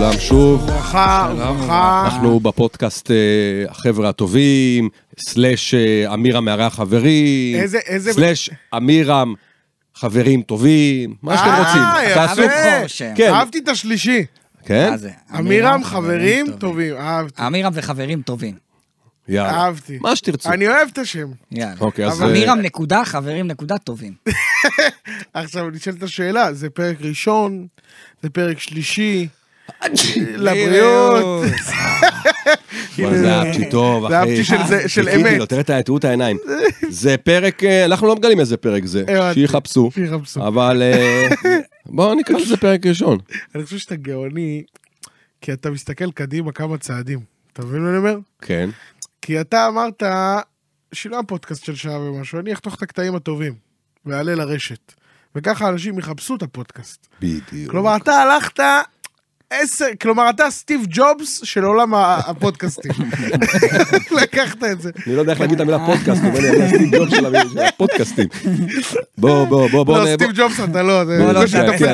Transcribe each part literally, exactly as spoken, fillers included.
לכולם שוב. ברכה, ברכה. אנחנו בפודקאסט החבר'ה הטובים, סלש אמירם מארח חברים, איזה, איזה... סלש אמירם חברים טובים, מה שאתם רוצים. תעשו חושם. כן. אהבתי את השלישי. כן? מה זה? אמירם חברים טובים, אהבתי. אמירם וחברים טובים. יאללה. אהבתי. מה שתרצו. אני אוהב את השם. יאללה. אוקיי, אז... אמירם נקודה, חברים נקודה טובים. עכשיו נשאלת השאלה, זה פרק ראשון, זה פרק שלישי, לבריאות. זה אהבתי טוב, זה אחי. אהבתי של אמת. תראה את העטות העיניים. זה פרק, אנחנו לא מגלים איזה פרק זה, שיחפשו. שיחפשו. אבל בואו נקרא לזה פרק ראשון. אני חושב שאתה גאוני, כי אתה מסתכל קדימה כמה צעדים. אתה מבין מה אני אומר? כן. כי אתה אמרת, שילם פודקאסט של שעה ומשהו, אני אחתוך את הקטעים הטובים, ועלה לרשת. וככה אנשים יחפשו את הפודקאסט. בדיוק. כלומר, אתה הלכת עשר, כלומר, אתה סטיב ג'ובס של עולם הפודקאסטים. לקחת את זה. אני לא יודע איך להגיד את המילה פודקאסט, אבל אני סטיב ג'ובס של הפודקאסטים. בוא, בוא, בוא, בוא. לא, סטיב ג'ובס אתה לא, בוא לא,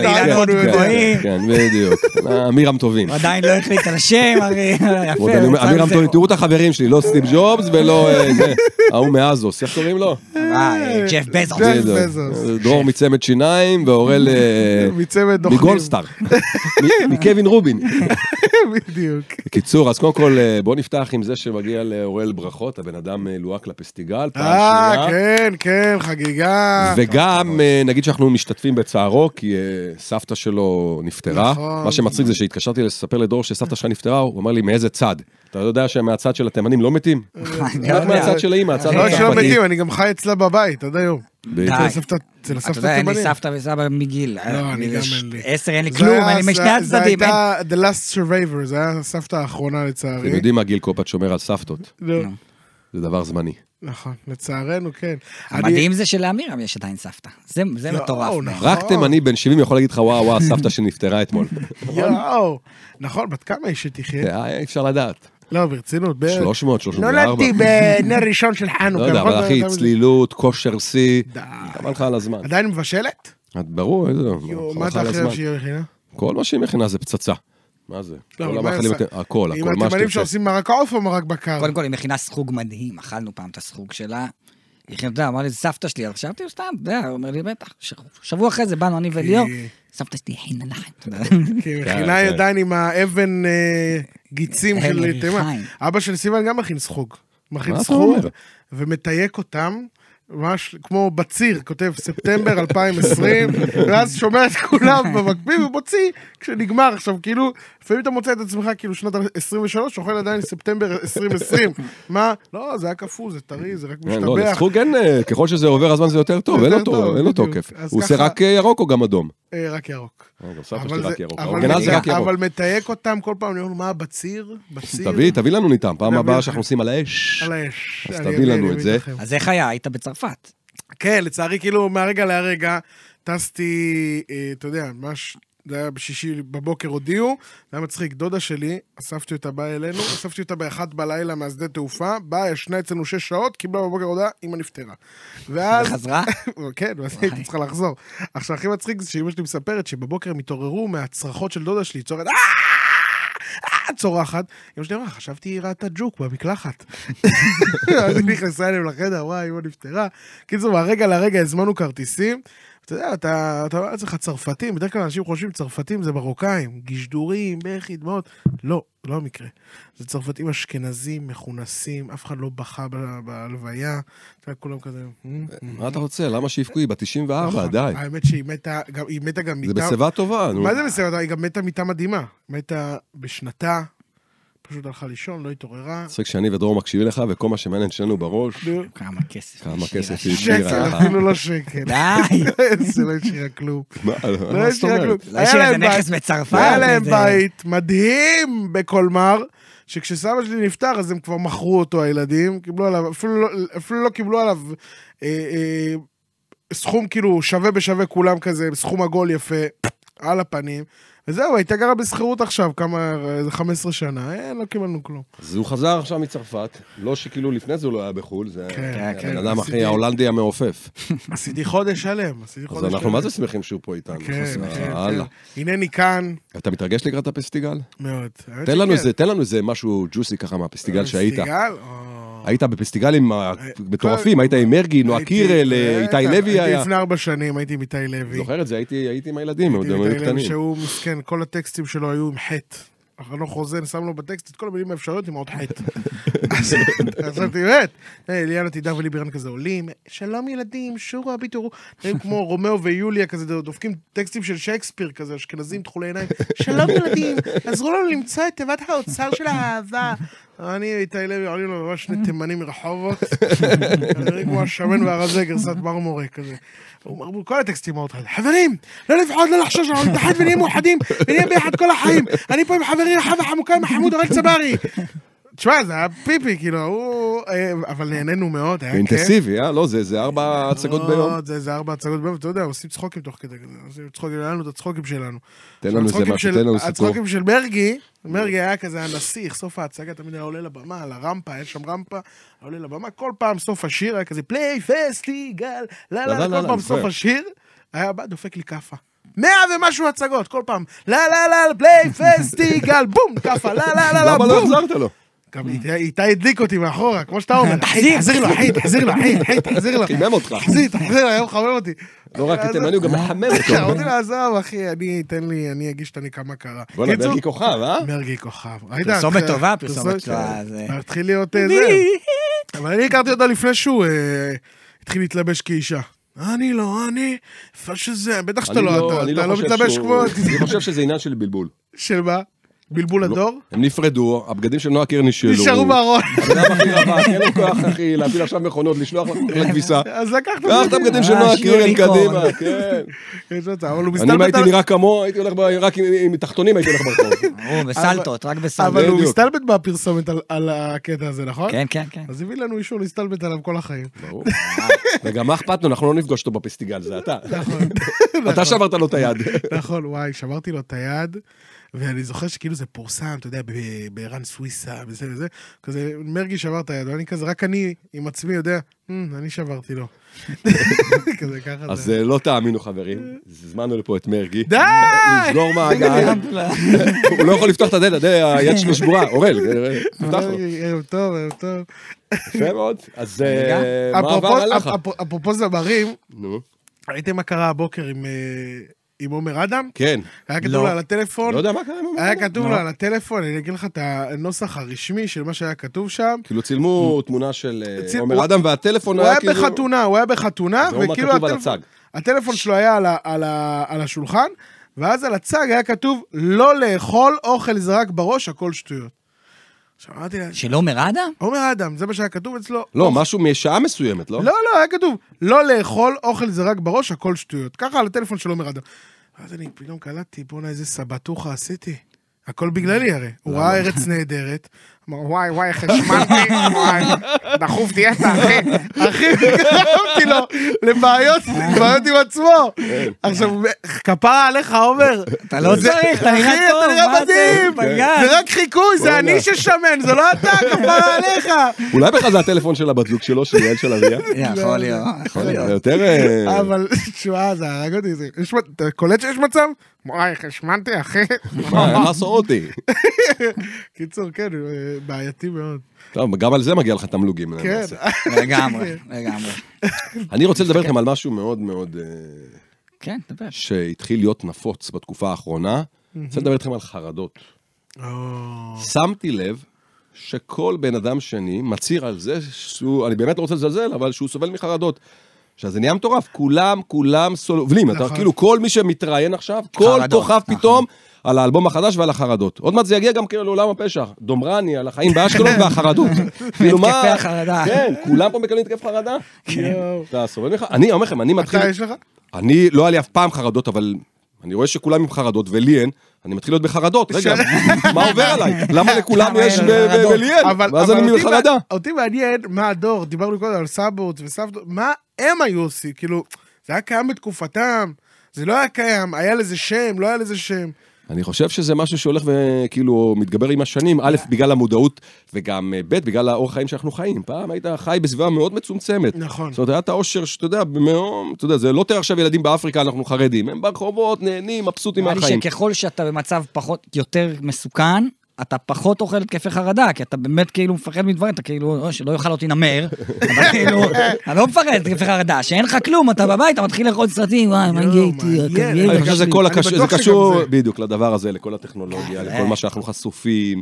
כן, בדיוק. אמירם טובים. עדיין לא החליט על השם, יפה. אמירם טובים, תראו את החברים שלי, לא סטיב ג'ובס ולא ההוא מאזוס, איך קוראים לו? ג'ף בזוס. דרור מצמד שיניים ואורל מגולדסטאר. מקווין רובין. בדיוק. בקיצור, אז קודם כל בוא נפתח עם זה שמגיע לאורל ברכות, הבן אדם לוהק לפסטיגל, פעם אה, שנייה. כן, כן, חגיגה. וגם נגיד שאנחנו משתתפים בצערו, כי סבתא שלו נפטרה. מה שמצחיק זה שהתקשרתי לספר לדור שסבתא שלך נפטרה, הוא אמר לי מאיזה צד. אתה יודע שמהצד של התימנים לא מתים? רק מהצד של האמא, הצד לא שלא מתים, אני גם חי אצלה בבית, עד היום. די. אצל הסבתא אתה יודע, אין לי תימנים. סבתא וסבא מגיל. לא, אני גם אין לי. עשר אין לי כלום, אני משני הצדדים. זה הייתה The Last Survivor, זה היה הסבתא האחרונה לצערי. אתם יודעים מה גיל קופת שומר על סבתות? לא. זה דבר זמני. נכון, לצערנו, כן. המדהים זה שלאמירם יש עדיין סבתא. זה מטורף. רק תימני בן שבעים יכול להגיד לך, וואו, וואו, הסבתא שנפטרה אתמול. יואו, נכון, בת כמה היא שתחיה? אי אפשר לדעת. לא, ברצינות, בערך. שלוש מאות, שלושים וארבע. נולדתי בנר ראשון של חנוכה. לא יודע, אבל אחי, צלילות, כושר שיא, כמה לך על הזמן. עדיין מבשלת? ברור, איזה לא. מה אתה חושב שהיא מכינה? כל מה שהיא מכינה זה פצצה. מה זה? כל מה המאכלים, עשה? הכל, אם הכל, מה התימנים שתרצה. שעושים מרק עוף או מרק בקר? קודם כל, היא מכינה סחוג מדהים, אכלנו פעם את הסחוג שלה. היא חייבתה, אמר לי, זה סבתא שלי, אז חשבתי, סתם, אתה יודע, הוא אומר לי, בטח, שבוע אחרי זה באנו אני וליאור, סבתא שלי הכינה לכם. כי היא מכינה עדיין עם האבן גיצים של תימן. אבא של סיוון גם מכין סחוג. מכין סחוג ומתייק אותם. ממש כמו בציר, כותב ספטמבר אלפיים ועשרים, ואז שומע את כולם במקביל ומוציא כשנגמר. עכשיו, כאילו, לפעמים אתה מוצא את עצמך, כאילו, שנת עשרים ושלוש, שוחל עדיין ספטמבר עשרים עשרים. מה? לא, זה היה כפול, זה טרי, זה רק משתבח. לא, לסחוג אין, ככל שזה עובר הזמן זה יותר טוב, אין לו תוקף. הוא עושה רק ירוק או גם אדום? רק ירוק. סבתא שלי רק ירוק. האורגנל זה רק ירוק. אבל מתייק אותם כל פעם, אני אומר, מה, בציר? תביא, תביא לנו ניתם. פעם הבאה שאנחנו עושים על האש. על האש. אז תביא לנו את זה. אז איך היה? היית בצרפת. כן, לצערי, כאילו, מהרגע להרגע, טסתי, אתה יודע, ממש, זה היה בשישי בבוקר הודיעו, זה היה מצחיק, דודה שלי, אספתי אותה, באה אלינו, אספתי אותה באחת בלילה מהשדה תעופה, באה, ישנה אצלנו שש שעות, קיבלה בבוקר הודעה, אמא נפטרה. ואז... וחזרה? כן, ואז הייתי צריכה לחזור. עכשיו, הכי מצחיק זה שאמא שלי מספרת, שבבוקר הם התעוררו מהצרחות של דודה שלי, צורת, צורחת, אמא שלי אמרה, חשבתי היא ראתה ג'וק במקלחת. אז היא נכנסה אליהם לחדר, וואי, אמא נפטרה. קיצור, מהרגע לרגע הזמנו כרטיסים, אתה יודע, אתה אומר לעצמך צרפתים, בדרך כלל אנשים חושבים צרפתים זה מרוקאים, גישדורים, בכי, דמעות. לא, לא המקרה. זה צרפתים אשכנזים, מכונסים, אף אחד לא בכה בהלוויה, אתה יודע, כולם כזה... מה אתה רוצה? למה שיפקו? היא ב-תשעים וארבע, די. האמת שהיא מתה, היא מתה גם מיטה... זה בשיבה טובה. מה זה בשיבה טובה? היא גם מתה מיטה מדהימה. מתה בשנתה, פשוט הלכה לישון, לא התעוררה. צריך שאני ודרור מקשיבים לך, וכל מה שמעניין שלנו בראש... כמה כסף. כמה כסף היא השאירה. שקל, אפילו לא שקל. די. זה לא השאירה כלום. מה? לא השאירה כלום. לא השאירה איזה נכס בצרפת. היה להם בית מדהים בקולמר, שכשסבא שלי נפטר, אז הם כבר מכרו אותו, הילדים, קיבלו עליו, אפילו לא קיבלו עליו סכום כאילו שווה בשווה כולם כזה, סכום עגול יפה. על הפנים, וזהו, הייתה גרה בסחירות עכשיו, כמה, איזה חמש עשרה שנה, אין, לא קיבלנו כלום. אז הוא חזר עכשיו מצרפת, לא שכאילו לפני זה הוא לא היה בחול, זה כן, אדם אחי, ההולנדי המעופף. עשיתי חודש שלם, עשיתי חודש שלם. אז אנחנו מה זה שמחים שהוא פה איתנו. כן, כן, כן. הנני כאן. אתה מתרגש לקראת הפסטיגל? מאוד. תן לנו איזה משהו ג'וסי ככה מהפסטיגל שהיית. פסטיגל? היית בפסטיגלים מטורפים, היית עם מרגי, נועה קירל, איתי לוי היה. הייתי לפני ארבע שנים, הייתי עם איתי לוי. זוכר את זה, הייתי עם הילדים, עוד היו קטנים. שהוא מסכן, כל הטקסטים שלו היו עם חטא. אחרנו חוזן, שם לו בטקסט את כל המילים האפשריות עם עוד חטא. אז אתה יודעת, ליאנה תדע וליברן כזה עולים, שלום ילדים, שורה ביטורו, נראים כמו רומאו ויוליה כזה, דופקים טקסטים של שייקספיר כזה, אשכנזים תחולי עיניים, שלום ילדים, עזרו לנו למצוא את תיבת האוצר של האהבה. אני איתי לוי, עולים לו ממש שני תימנים מרחובות, נראים כמו השמן והרזה, גרסת מרמורה כזה. הוא אומר, כל הטקסטים מאוד חד. חברים, לא לפחוד, לא לחשוש, אנחנו נתחד ונהיה מאוחדים, ונהיה ביחד כל החיים. אני פה עם חברי חווה חמוקה עם חמוד אורל צברי. תשמע, זה היה פיפי, כאילו, הוא... אבל נהנינו מאוד, היה כיף. אינטנסיבי, אה? לא, זה ארבע הצגות ביום. זה ארבע הצגות ביום, אתה יודע, עושים צחוקים תוך כדי כזה. עושים צחוקים, לנו את הצחוקים שלנו. תן לנו זה משהו, תן לנו סיפור. הצחוקים של מרגי, מרגי היה כזה הנסיך, סוף ההצגה תמיד היה עולה לבמה, על הרמפה, היה שם רמפה, עולה לבמה, כל פעם סוף השיר היה כזה, פליי פסטיגל, לא, לא, כל פעם סוף השיר, היה בא, דופק לי כפה. מאה ומשהו הצגות, כל פעם, לא, לא, לא, פליי פסטיגל, בום, כפה, לא, לא, לא, למה לא החזרת לו? גם איתה הדליק אותי מאחורה, כמו שאתה אומר, אחי, תחזיר לו, אחי, תחזיר לו, אחי, אחי, תחזיר לו. חימם אותך. תחזיר, תחזיר לו, היום חמם אותי. לא רק תימני, הוא גם מחמם אותו. אמרתי לה, עזוב, אחי, אני, תן לי, אני אגיש את אני כמה קרה. בוא'נה, מרגי כוכב, אה? מרגי כוכב. פרסומת טובה, פרסומת שלו. התחיל להיות זה. אבל אני הכרתי אותו לפני שהוא התחיל להתלבש כאישה. אני לא, אני, איפה שזה, בטח שאתה לא, אתה לא מתלבש כמו... אני חושב שזה עניין של בלבול. של מה? בלבול הדור? הם נפרדו, הבגדים של נועה קירל נשאלו. נשארו בארון. אדם הכי רבה, אין לו כוח אחי, להפיל עכשיו מכונות, לשלוח לכביסה. אז לקחת קח את הבגדים של נועה קירל קדימה, כן. אני אם הייתי נראה כמו, הייתי הולך רק עם תחתונים, הייתי הולך ברחוב. הוא בסלטות, רק בסלטות. אבל הוא מסתלבט בפרסומת על הקטע הזה, נכון? כן, כן, כן. אז הביא לנו אישור להסתלבט עליו כל החיים. ברור. וגם מה אכפתנו, אנחנו לא נפגוש אותו בפסטיגל, זה אתה. אתה שברת לו את היד. נכון, וואי, שברתי לו את היד. ואני זוכר שכאילו זה פורסם, אתה יודע, בערן סוויסה, וזה וזה, כזה, מרגי שבר את היד, ואני כזה, רק אני עם עצמי יודע, אני שברתי לו. כזה, ככה זה. אז לא תאמינו, חברים, זמנו לפה את מרגי. די! לסגור מעגל. הוא לא יכול לפתוח את הדלת, היד שלו שבורה, אורל, תפתח לו. ערב טוב, ערב טוב. יפה מאוד. אז מה עבר עליך? אפרופו זמרים, ראיתם מה קרה הבוקר עם... עם עומר אדם? כן. היה כתוב לו על הטלפון. לא יודע מה קרה עם עומר אדם. היה כתוב לו על הטלפון, אני אגיד לך את הנוסח הרשמי של מה שהיה כתוב שם. כאילו צילמו תמונה של עומר אדם, והטלפון היה כאילו... הוא היה בחתונה, הוא היה בחתונה, וכאילו הטלפון שלו היה על השולחן, ואז על הצג היה כתוב, לא לאכול אוכל זרק בראש, הכל שטויות. של עומר אדם? עומר אדם, זה מה שהיה כתוב אצלו. לא, משהו משעה מסוימת, לא? לא, לא, היה כתוב, לא לאכול אוכל זרק בראש, הכל שטויות. ככה על הטלפון של עומר אדם. אז אני פתאום קלטתי, בוא'נה, איזה סבתוחה עשיתי. הכל בגללי הרי. הוא ראה ארץ נהדרת. אמר, וואי, וואי, איך השמנתי, וואי, דחוף תהיה אתה, אחי. אחי, קראתי לו לבעיות, לבעיות עם עצמו. עכשיו, כפרה עליך, עומר. אתה לא צריך, אתה נראה טוב. אחי, אתה נראה מדהים. זה רק חיקוי, זה אני ששמן, זה לא אתה, כפרה עליך. אולי בכלל זה הטלפון של הבת זוג שלו, של יעל של אביה? יכול להיות, יכול להיות. יותר... אבל, תשמע, זה הרג אותי. אתה קולט שיש מצב? וואי, השמנתי, אחי. מה, איך עשו אותי? קיצור, כן, בעייתי מאוד. טוב, גם על זה מגיע לך תמלוגים. כן. לגמרי, לגמרי. אני רוצה לדבר לכם על משהו מאוד מאוד... כן, דבר. שהתחיל להיות נפוץ בתקופה האחרונה. אני רוצה לדבר איתכם על חרדות. שמתי לב שכל בן אדם שני מצהיר על זה, אני באמת לא רוצה לזלזל, אבל שהוא סובל מחרדות. שזה נהיה מטורף, כולם, כולם סובלים, אתה כאילו כל מי שמתראיין עכשיו, כל כוכב פתאום על האלבום החדש ועל החרדות. עוד מעט זה יגיע גם כאילו לעולם הפשע, דומרני, על החיים באשקלון והחרדות. כאילו מה... התקפי החרדה. כן, כולם פה מקבלים התקף חרדה. אתה סובל לך? אני אומר לכם, אני מתחיל... אתה יש לך? אני לא היה לי אף פעם חרדות, אבל אני רואה שכולם עם חרדות, ולי אין, אני מתחיל להיות בחרדות. רגע, מה עובר עליי? למה לכולם יש ולי אין? ואז אני בחרדה. אותי מעניין מה הדור, דיברנו קודם על סבות וסבתות, מה הם היו עושים? כאילו, זה היה קיים בתקופתם, זה לא היה קיים, היה לזה שם, לא היה לזה שם. אני חושב שזה משהו שהולך וכאילו מתגבר עם השנים, א', בגלל המודעות, וגם ב', בגלל האורח חיים שאנחנו חיים. פעם היית חי בסביבה מאוד מצומצמת. נכון. זאת אומרת, היה את האושר שאתה יודע, אתה יודע, זה לא תראה עכשיו ילדים באפריקה, אנחנו חרדים, הם ברחובות, נהנים, מבסוטים מהחיים. אני שככל שאתה במצב פחות, יותר מסוכן, אתה פחות אוכל התקפי חרדה, כי אתה באמת כאילו מפחד מדברים, אתה כאילו, שלא יאכל אותי נמר, אבל כאילו, אתה לא מפחד התקפי חרדה, שאין לך כלום, אתה בבית, אתה מתחיל לאכול סרטים, וואי, מה הגיע איתי? זה קשור בדיוק לדבר הזה, לכל הטכנולוגיה, לכל מה שאנחנו חשופים,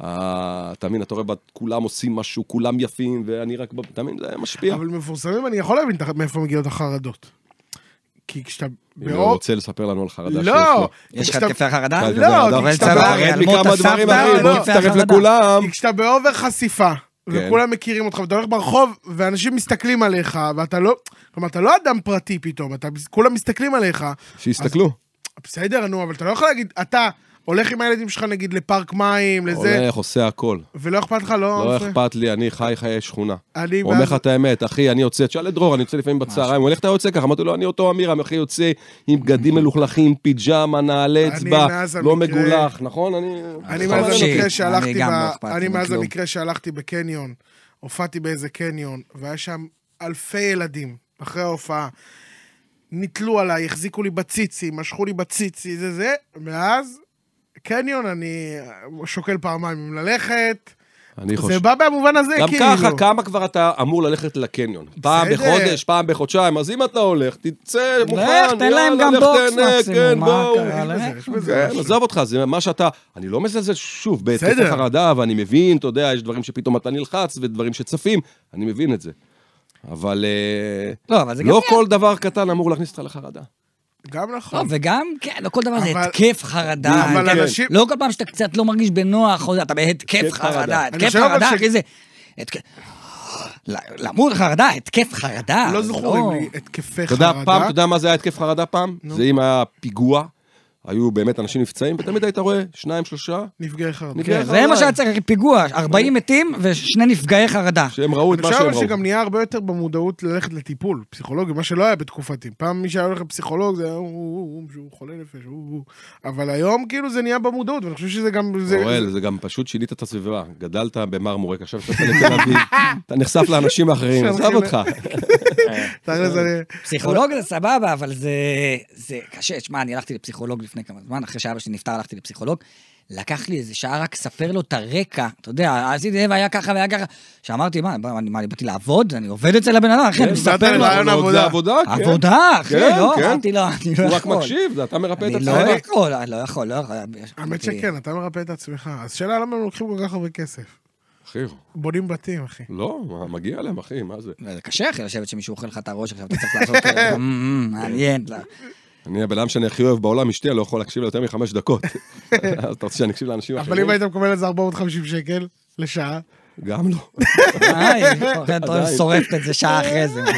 אתה מבין, אתה רואה, כולם עושים משהו, כולם יפים, ואני רק, אתה מבין, זה משפיע. אבל מפורסמים, אני יכול להבין מאיפה מגיעות החרדות. כי כשאתה... אם הוא רוצה לספר לנו על חרדה שיש לו. לא! יש לך התקפי חרדה? לא, אבל סבבה, על מות הסבתא, בוא תצטרף לכולם. כי כשאתה באובר חשיפה, וכולם מכירים אותך, ואתה הולך ברחוב, ואנשים מסתכלים עליך, ואתה לא... כלומר, אתה לא אדם פרטי פתאום, כולם מסתכלים עליך. שיסתכלו. בסדר, נו, אבל אתה לא יכול להגיד, אתה... הולך עם הילדים שלך, נגיד, לפארק מים, לזה... הולך, עושה הכל. ולא אכפת לך, לא... לא אכפת לי, אני חי חיי שכונה. אני... אומר לך את האמת, אחי, אני יוצא, תשאל את דרור, אני יוצא לפעמים בצהריים, הוא הולך, אתה יוצא ככה, אמרתי לו, אני אותו אמירם, אחי יוצא עם בגדים מלוכלכים, פיג'מה, נעלי אצבע, לא מגולח, נכון? אני מאז המקרה שהלכתי אני מאז המקרה שהלכתי בקניון, הופעתי באיזה קניון, והיה שם אלפי ילדים, אחרי ההופעה, נתלו עליי, החזיקו לי בציצי, משכו לי בציצי, זה זה, ואז קניון, אני שוקל פעמיים עם ללכת. זה בא במובן הזה, גם כאילו. גם ככה, כמה כבר אתה אמור ללכת לקניון? פעם בחודש, פעם בחודשיים, אז אם אתה הולך, תצא מוכן, תן להם גם בוקס מקסימום, מה קרה להם? עזוב אותך, זה מה שאתה... אני לא מזלזל שוב בהתקף החרדה, ואני מבין, אתה יודע, יש דברים שפתאום אתה נלחץ, ודברים שצפים, אני מבין את זה. אבל לא כל דבר קטן אמור להכניס אותך לחרדה. גם נכון. לא, וגם, כן, לא כל דבר זה התקף חרדה. אבל אנשים... לא כל פעם שאתה קצת לא מרגיש בנוח, אתה בהתקף חרדה. התקף חרדה, אחי זה... למות חרדה, התקף חרדה. לא זוכרים לי התקפי חרדה. אתה יודע פעם, אתה יודע מה זה היה התקף חרדה פעם? זה אם היה פיגוע, היו באמת אנשים נפצעים, ותמיד היית רואה שניים, שלושה. נפגעי חרדה. זה מה שהיה צריך, פיגוע, ארבעים מתים ושני נפגעי חרדה. שהם ראו את מה שהם ראו. אני חושב שגם נהיה הרבה יותר במודעות ללכת לטיפול, פסיכולוגי, מה שלא היה בתקופתי. פעם מי שהיה הולך לפסיכולוג, זה היה הוא חולה נפש, אבל היום כאילו זה נהיה במודעות, ואני חושב שזה גם... אורל, זה גם פשוט שינית את הסביבה. גדלת במרמורק, עכשיו שאתה לתל אביב, אתה נחשף לאנשים אחרים, עזב אותך. פסיכולוג זה סבבה, אבל זה קשה. תשמע, אני הלכתי לפסיכולוג לפני כמה זמן, אחרי שאבא שלי נפטר, הלכתי לפסיכולוג, לקח לי איזה שעה רק ספר לו את הרקע, אתה יודע, עשיתי זה והיה ככה והיה ככה, שאמרתי, מה, אני באתי לעבוד, אני עובד אצל הבן אדם, אחי, אני מספר לו, זה עבודה, כן. עבודה, אחי, לא, אמרתי לו, אני לא יכול. הוא רק מקשיב, אתה מרפא את עצמך. אני לא יכול, אני לא יכול, לא יכול. האמת שכן, אתה מרפא את עצמך, אז שאלה למה הם לוקחים כל כך הרבה כסף? אחי. בונים בתים, אחי. לא, מגיע להם, אחי, מה זה? זה קשה, אחי, לשבת שמישהו אוכל לך את הראש, עכשיו אתה צריך לעשות מעניין. אני הבן אדם שאני הכי אוהב בעולם, אשתי, לא יכול להקשיב ליותר מחמש דקות. אז אתה רוצה שאני אקשיב לאנשים אחרים? אבל אם היית מקבל איזה ארבע מאות וחמישים שקל לשעה? גם לא. אתה שורפת את זה שעה אחרי זה.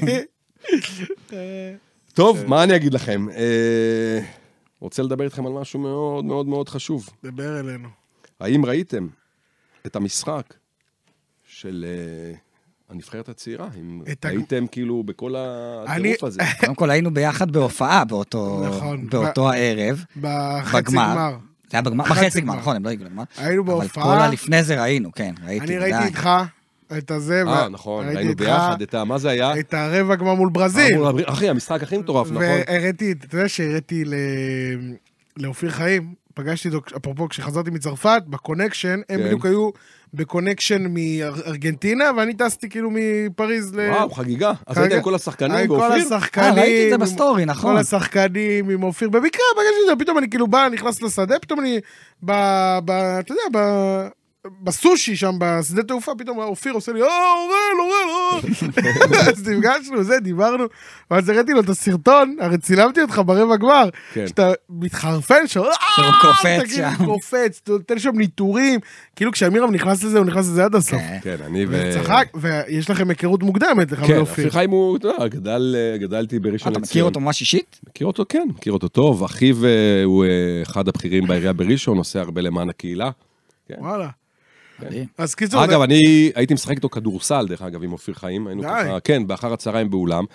טוב, מה אני אגיד לכם? רוצה לדבר איתכם על משהו מאוד מאוד מאוד חשוב. דבר אלינו. האם ראיתם את המשחק של... הנבחרת הצעירה, אם הייתם כאילו בכל הטירוף הזה. קודם כל היינו ביחד בהופעה באותו הערב. בחצי גמר. זה היה בגמר, בחצי גמר, נכון, הם לא הגיעו לגמר. היינו בהופעה. אבל כל הלפני זה ראינו, כן, ראיתי. אני ראיתי איתך את הזה. אה, נכון, ראינו ביחד את ה... מה זה היה? את הרבע גמר מול ברזיל. אחי, המשחק הכי מטורף, נכון? והראיתי, אתה יודע שהראיתי לאופיר חיים, פגשתי אותו, אפרופו, כשחזרתי מצרפת, בקונקשן, הם בדיוק היו בקונקשן מארגנטינה, ואני טסתי כאילו מפריז ל... וואו, חגיגה. אז הייתי עם כל השחקנים באופיר? כל השחקנים. ראיתי את זה בסטורי, נכון. כל השחקנים עם אופיר. במקרה, פגשתי את זה, פתאום אני כאילו בא, נכנס לשדה, פתאום אני, אתה יודע, ב... בסושי שם, בשדה תעופה, פתאום אופיר עושה לי, אה, אורל, אורל, אורל. אז נפגשנו, זה, דיברנו, ואז הראיתי לו את הסרטון, הרי צילמתי אותך ברבע גמר, שאתה מתחרפן שם, שהוא קופץ שם. קופץ, תן שם ניטורים, כאילו כשאמירם נכנס לזה, הוא נכנס לזה עד הסוף. כן, אני ו... וצחק, ויש לכם היכרות מוקדמת, לך ואופיר. כן, אופיר חיים הוא, אתה יודע, גדלתי בראשון לציון. אתה מכיר אותו ממש אישית? מכיר אותו, כן, מכיר אותו טוב, אחיו הוא אחד הבכירים בעירייה בראשון, עושה הרבה למען הקהילה. וואלה. אז קיצור... אגב, אני הייתי משחק איתו כדורסל, דרך אגב, עם אופיר חיים, היינו ככה, כן, באחר הצהריים באולם,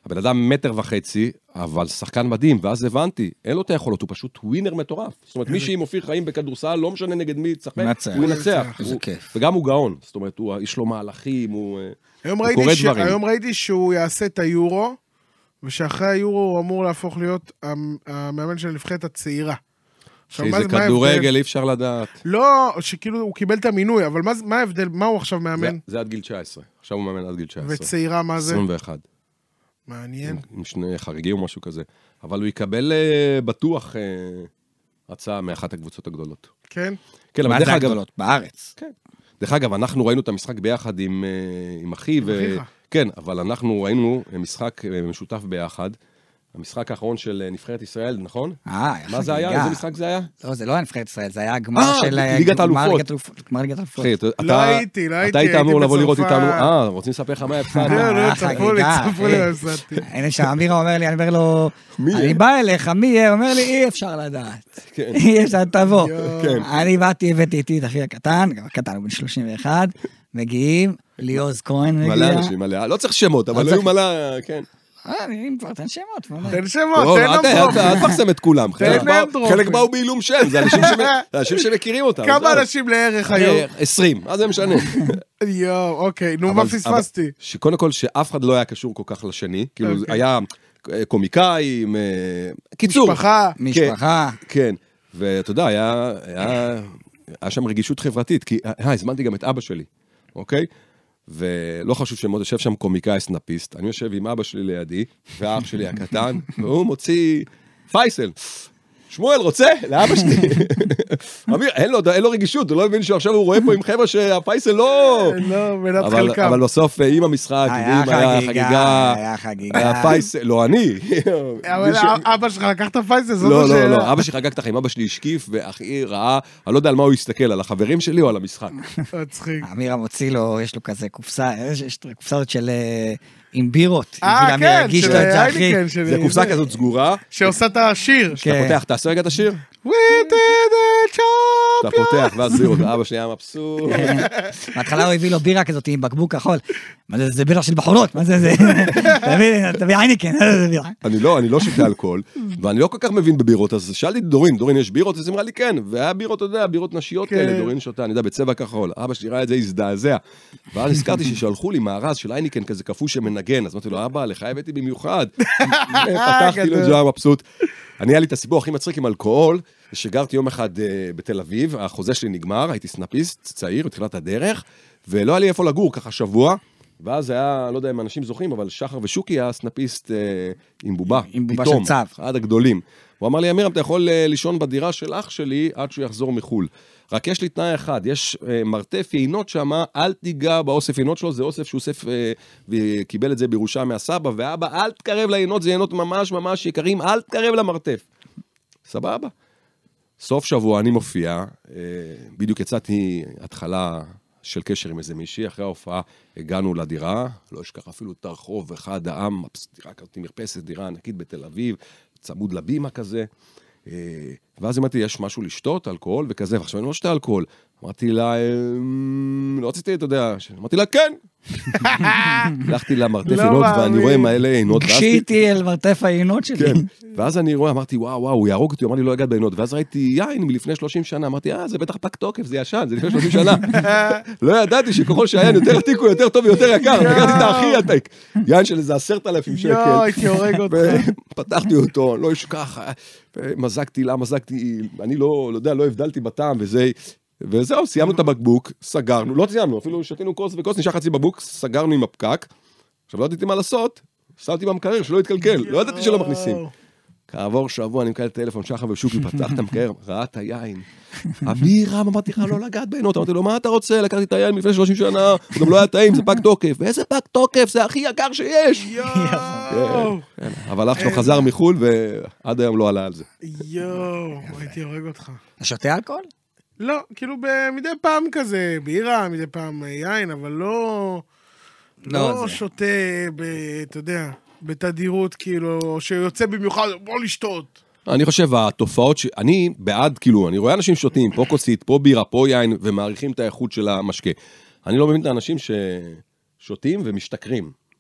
הבן אדם מטר וחצי, אבל שחקן מדהים, ואז הבנתי, אין לו את היכולות, הוא פשוט ווינר מטורף. זאת אומרת, מי שאם אופיר חיים בכדורסל, לא משנה נגד מי יצחק, הוא ינצח. וגם הוא גאון, זאת אומרת, יש לו מהלכים, הוא קורא דברים. היום ראיתי שהוא יעשה את היורו, ושאחרי היורו הוא אמור להפוך להיות המאמן של הנבחרת הצעירה. זה כדורגל, אי אפשר לדעת. לא, שכאילו הוא קיבל את המינוי, אבל מה ההבדל, מה הוא עכשיו מאמן? זה עד גיל תשע עשרה, עכשיו הוא מאמן עד גיל תשע עשרה. וצעירה מה זה? עשרים ואחת. מעניין. עם שני חריגים או משהו כזה. אבל הוא יקבל בטוח הצעה מאחת הקבוצות הגדולות. כן? כן, מה זה הגדולות? בארץ. כן. דרך אגב, אנחנו ראינו את המשחק ביחד עם אחי, כן, אבל אנחנו ראינו משחק משותף ביחד. המשחק האחרון של נבחרת ישראל, נכון? אה, מה זה היה? איזה משחק זה היה? לא, זה לא היה נבחרת ישראל, זה היה גמר של... ליגת האלופות. גמר ליגת האלופות. לא הייתי, לא הייתי. אתה היית אמור לבוא לראות איתנו, אה, רוצים לספר לך מה הפסדת? לא, לא, צפו לי, צפו לי, הפסדתי. הנה שאמירה אומר לי, אני אומר לו, אני בא אליך, מי יהיה? אומר לי, אי אפשר לדעת. אי אפשר, תבוא. אני באתי, הבאתי איתי את אחי הקטן, גם הקטן הוא בן שלושים ואחת, מגיעים, ליאוז כהן מגיע. מלא אנשים, מלא, לא צריך שמות, אבל היו מלא, כן. אה, אם כבר, תן שמות. תן שמות, תן נמדרופים. אל תפרסם את כולם. חלק באו בעילום שם, זה אנשים שמכירים אותם. כמה אנשים לערך היום? עשרים, אז זה משנה. יואו, אוקיי, נו, מה פספסתי? שקודם כל, שאף אחד לא היה קשור כל כך לשני, כאילו, היה קומיקאים, קיצור. משפחה. משפחה. כן, ואתה יודע, היה שם רגישות חברתית, כי, אה, הזמנתי גם את אבא שלי, אוקיי? ולא חשוב שמות, יושב שם קומיקאי סנאפיסט, אני יושב עם אבא שלי לידי, והאח שלי הקטן, והוא מוציא פייסל. שמואל רוצה? לאבא שלי. אמיר, אין לו, אין לו רגישות, הוא לא מבין שעכשיו הוא רואה פה עם חבר'ה שהפייסל לא... לא, מנת חלקם. אבל בסוף, עם המשחק, היה חגיגה, היה חגיגה. היה פייסל, לא אני. אבל אבא שלך לקח את הפייסל, זאת לא, השאלה. לא, לא, אבא שלך לקח את החיים, אבא שלי השקיף, ואחי ראה, אני לא יודע על מה הוא יסתכל, על החברים שלי או על המשחק. מצחיק. אמירה מוציא לו, יש לו כזה קופסה, יש קופסה הזאת של... עם בירות. אה, כן, של אייניקן. זה קופסה כזאת סגורה. שעושה את השיר. שאתה פותח, תעשה רגע את השיר. We did it, champions. אתה פותח, ואז בירות, אבא שלי היה מבסוט. בהתחלה הוא הביא לו בירה כזאת עם בקבוק כחול. מה זה, זה בירה של בחורות, מה זה, זה... תביא אייניקן, זה בירה. אני לא, אני לא שותה אלכוהול, ואני לא כל כך מבין בבירות, אז שאלתי את דורין, דורין, יש בירות? אז אמרה לי כן, והיה בירות, אתה יודע, בירות נשיות כאלה, דורין שותה, אני יודע, בצבע כחול. אבא שלי ראה את זה, הזדעזע. ואז הזכרתי ששלחו לי מארז של אייניקן כזה כפוי שמנגן, אז אמרתי לו, אבא, לך הבאתי במיוחד. פתחתי לו, זה היה מבסוט. אני היה לי את הסיפור הכי מצחיק עם אלכוהול, שגרתי יום אחד בתל אביב, החוזה שלי נגמר, הייתי סנאפיסט צעיר, בתחילת הדרך, ולא היה לי איפה לגור ככה שבוע, ואז היה, לא יודע אם אנשים זוכרים, אבל שחר ושוקי היה סנאפיסט עם בובה. עם בובה של צו. אחד הגדולים. הוא אמר לי, אמירם, אתה יכול לישון בדירה של אח שלי עד שהוא יחזור מחול. רק יש לי תנאי אחד, יש מרתף יינות שם, אל תיגע באוסף יינות שלו, זה אוסף שהוא אוסף וקיבל את זה בירושה מהסבא, ואבא, אל תקרב ליינות, זה יינות ממש ממש יקרים, אל תקרב למרתף. סבבה. סוף שבוע אני מופיע, בדיוק יצאתי התחלה של קשר עם איזה מישהי, אחרי ההופעה הגענו לדירה, לא אשכח אפילו את הרחוב, אחד העם, דירה כזאת מרפסת, דירה ענקית בתל אביב, צמוד לבימה כזה, ואז אמרתי, יש משהו לשתות, אלכוהול וכזה, ועכשיו אני לא שתה אלכוהול. אמרתי לה, לא רציתי, אתה יודע, אמרתי לה, כן. הלכתי למרתף עינות, ואני רואה מה אלה עינות. גשיתי אל מרתף העינות שלי. כן, ואז אני רואה, אמרתי, וואו, וואו, הוא יהרוג אותי, אמר לי, לא הגעת בעינות, ואז ראיתי יין מלפני שלושים שנה, אמרתי, אה, זה בטח פק תוקף, זה ישן, זה לפני שלושים שנה. לא ידעתי שככל שהיין יותר עתיק הוא יותר טוב ויותר יקר, לקחתי את הכי עתיק. יין של איזה עשרת אלפים שקל. יואו, הייתי הורג אותך. פתחתי אותו, לא אשכח, מזגתי לה, מזגתי, אני לא יודע, לא הבדלתי בטעם, וזה, וזהו, סיימנו את הבקבוק, סגרנו, לא סיימנו, אפילו שתינו כוס וכוס, נשאר חצי בקבוק, סגרנו עם הפקק, עכשיו לא ידעתי מה לעשות, שמתי במקרר, שלא יתקלקל, לא ידעתי שלא מכניסים. כעבור שבוע אני מקבל טלפון, שחר ושוקי, פתח את המקרר, ראה את היין. אמירם, אמרתי לך, לא לגעת בעינות, אמרתי לו, מה אתה רוצה? לקחתי את היין לפני שלושים שנה, הוא גם לא היה טעים, זה פק תוקף. ואיזה פק תוקף? זה הכי יקר שיש. יואו. אבל אח שלו חזר מחול, ועד היום לא עלה על זה. יואו, הייתי הורג אותך. אתה שותה אלכוהול? לא, כאילו מדי פעם כזה, בירה, מדי פעם יין, אבל לא... לא שותה, אתה יודע... בתדירות, כאילו, שיוצא במיוחד, בוא לשתות. אני חושב, התופעות ש... אני בעד, כאילו, אני רואה אנשים שותים, פה כוסית, פה בירה, פה יין, ומעריכים את האיכות של המשקה. אני לא מבין את האנשים ששותים ומשתכרים.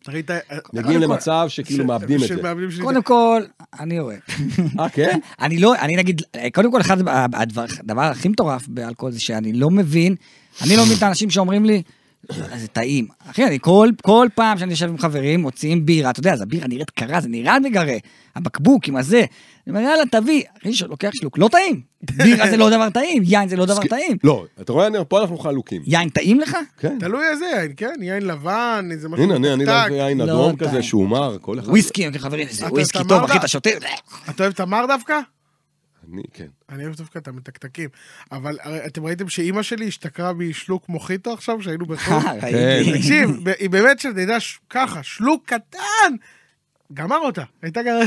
מגיעים למצב שכאילו מאבדים את זה. קודם כל, אני אוהב. אה, כן? אני לא, אני נגיד, קודם כל, אחד הדבר הכי מטורף באלכוהול זה שאני לא מבין, אני לא מבין את האנשים שאומרים לי, זה טעים. אחי, אני כל, כל פעם שאני יושב עם חברים, מוציאים בירה, אתה יודע, אז הבירה נראית קרה, זה נראה מגרה, הבקבוק עם הזה, אני אומר, יאללה, תביא, אחי, לוקח שלוק, לא טעים. בירה זה לא דבר טעים, יין זה לא דבר טעים. לא, אתה רואה, פה אנחנו חלוקים. יין טעים לך? כן. תלוי איזה יין, כן, יין לבן, איזה משהו. הנה, אני לא יין אדום כזה, שהוא מר, כל אחד. וויסקי, חברים, זה וויסקי טוב, אחי, אתה שותה. אתה אוהב תמר דווקא? אני, כן. אני אוהב דווקא את המתקתקים. אבל אתם ראיתם שאימא שלי השתכרה משלוק מוחיטו עכשיו, שהיינו בחול? תקשיב, היא באמת שאתה יודע, ככה, שלוק קטן, גמר אותה. הייתה גמר...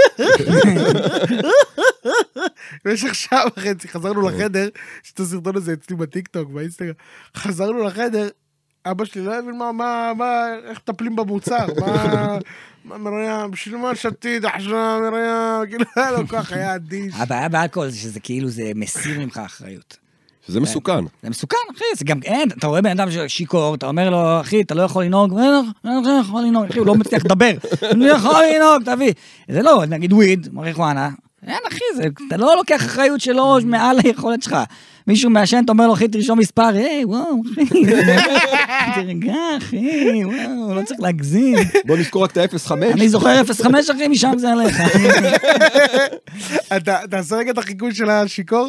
במשך שעה וחצי, חזרנו לחדר, יש את הסרטון הזה אצלי בטיקטוק, באינסטגרם, חזרנו לחדר, אבא שלי לא הבין מה, מה, מה, איך טפלים במוצר, מה... מה מריה, בשביל מה שתית, עכשיו מריה, כאילו, היה לו כוח, היה אדיש. הבעיה באלכוהול זה שזה כאילו, זה מסיר ממך אחריות. שזה מסוכן. זה מסוכן, אחי, זה גם, אין, אתה רואה בן אדם שיקור, אתה אומר לו, אחי, אתה לא יכול לנהוג, אני לא יכול לנהוג, אחי, הוא לא מצליח לדבר, אני יכול לנהוג, תביא. זה לא, נגיד וויד, מריחואנה, אין, אחי, אתה לא לוקח אחריות שלו מעל היכולת שלך. מישהו מעשן, אתה אומר לו, אחי, תרשום מספר, היי, וואו, אחי, תרגע, אחי, וואו, לא צריך להגזים. בוא נזכור רק את ה-אפס חמש. אני זוכר אפס חמש, אחי, משם זה עליך. אתה תעשה רגע את החיקוי של השיקור?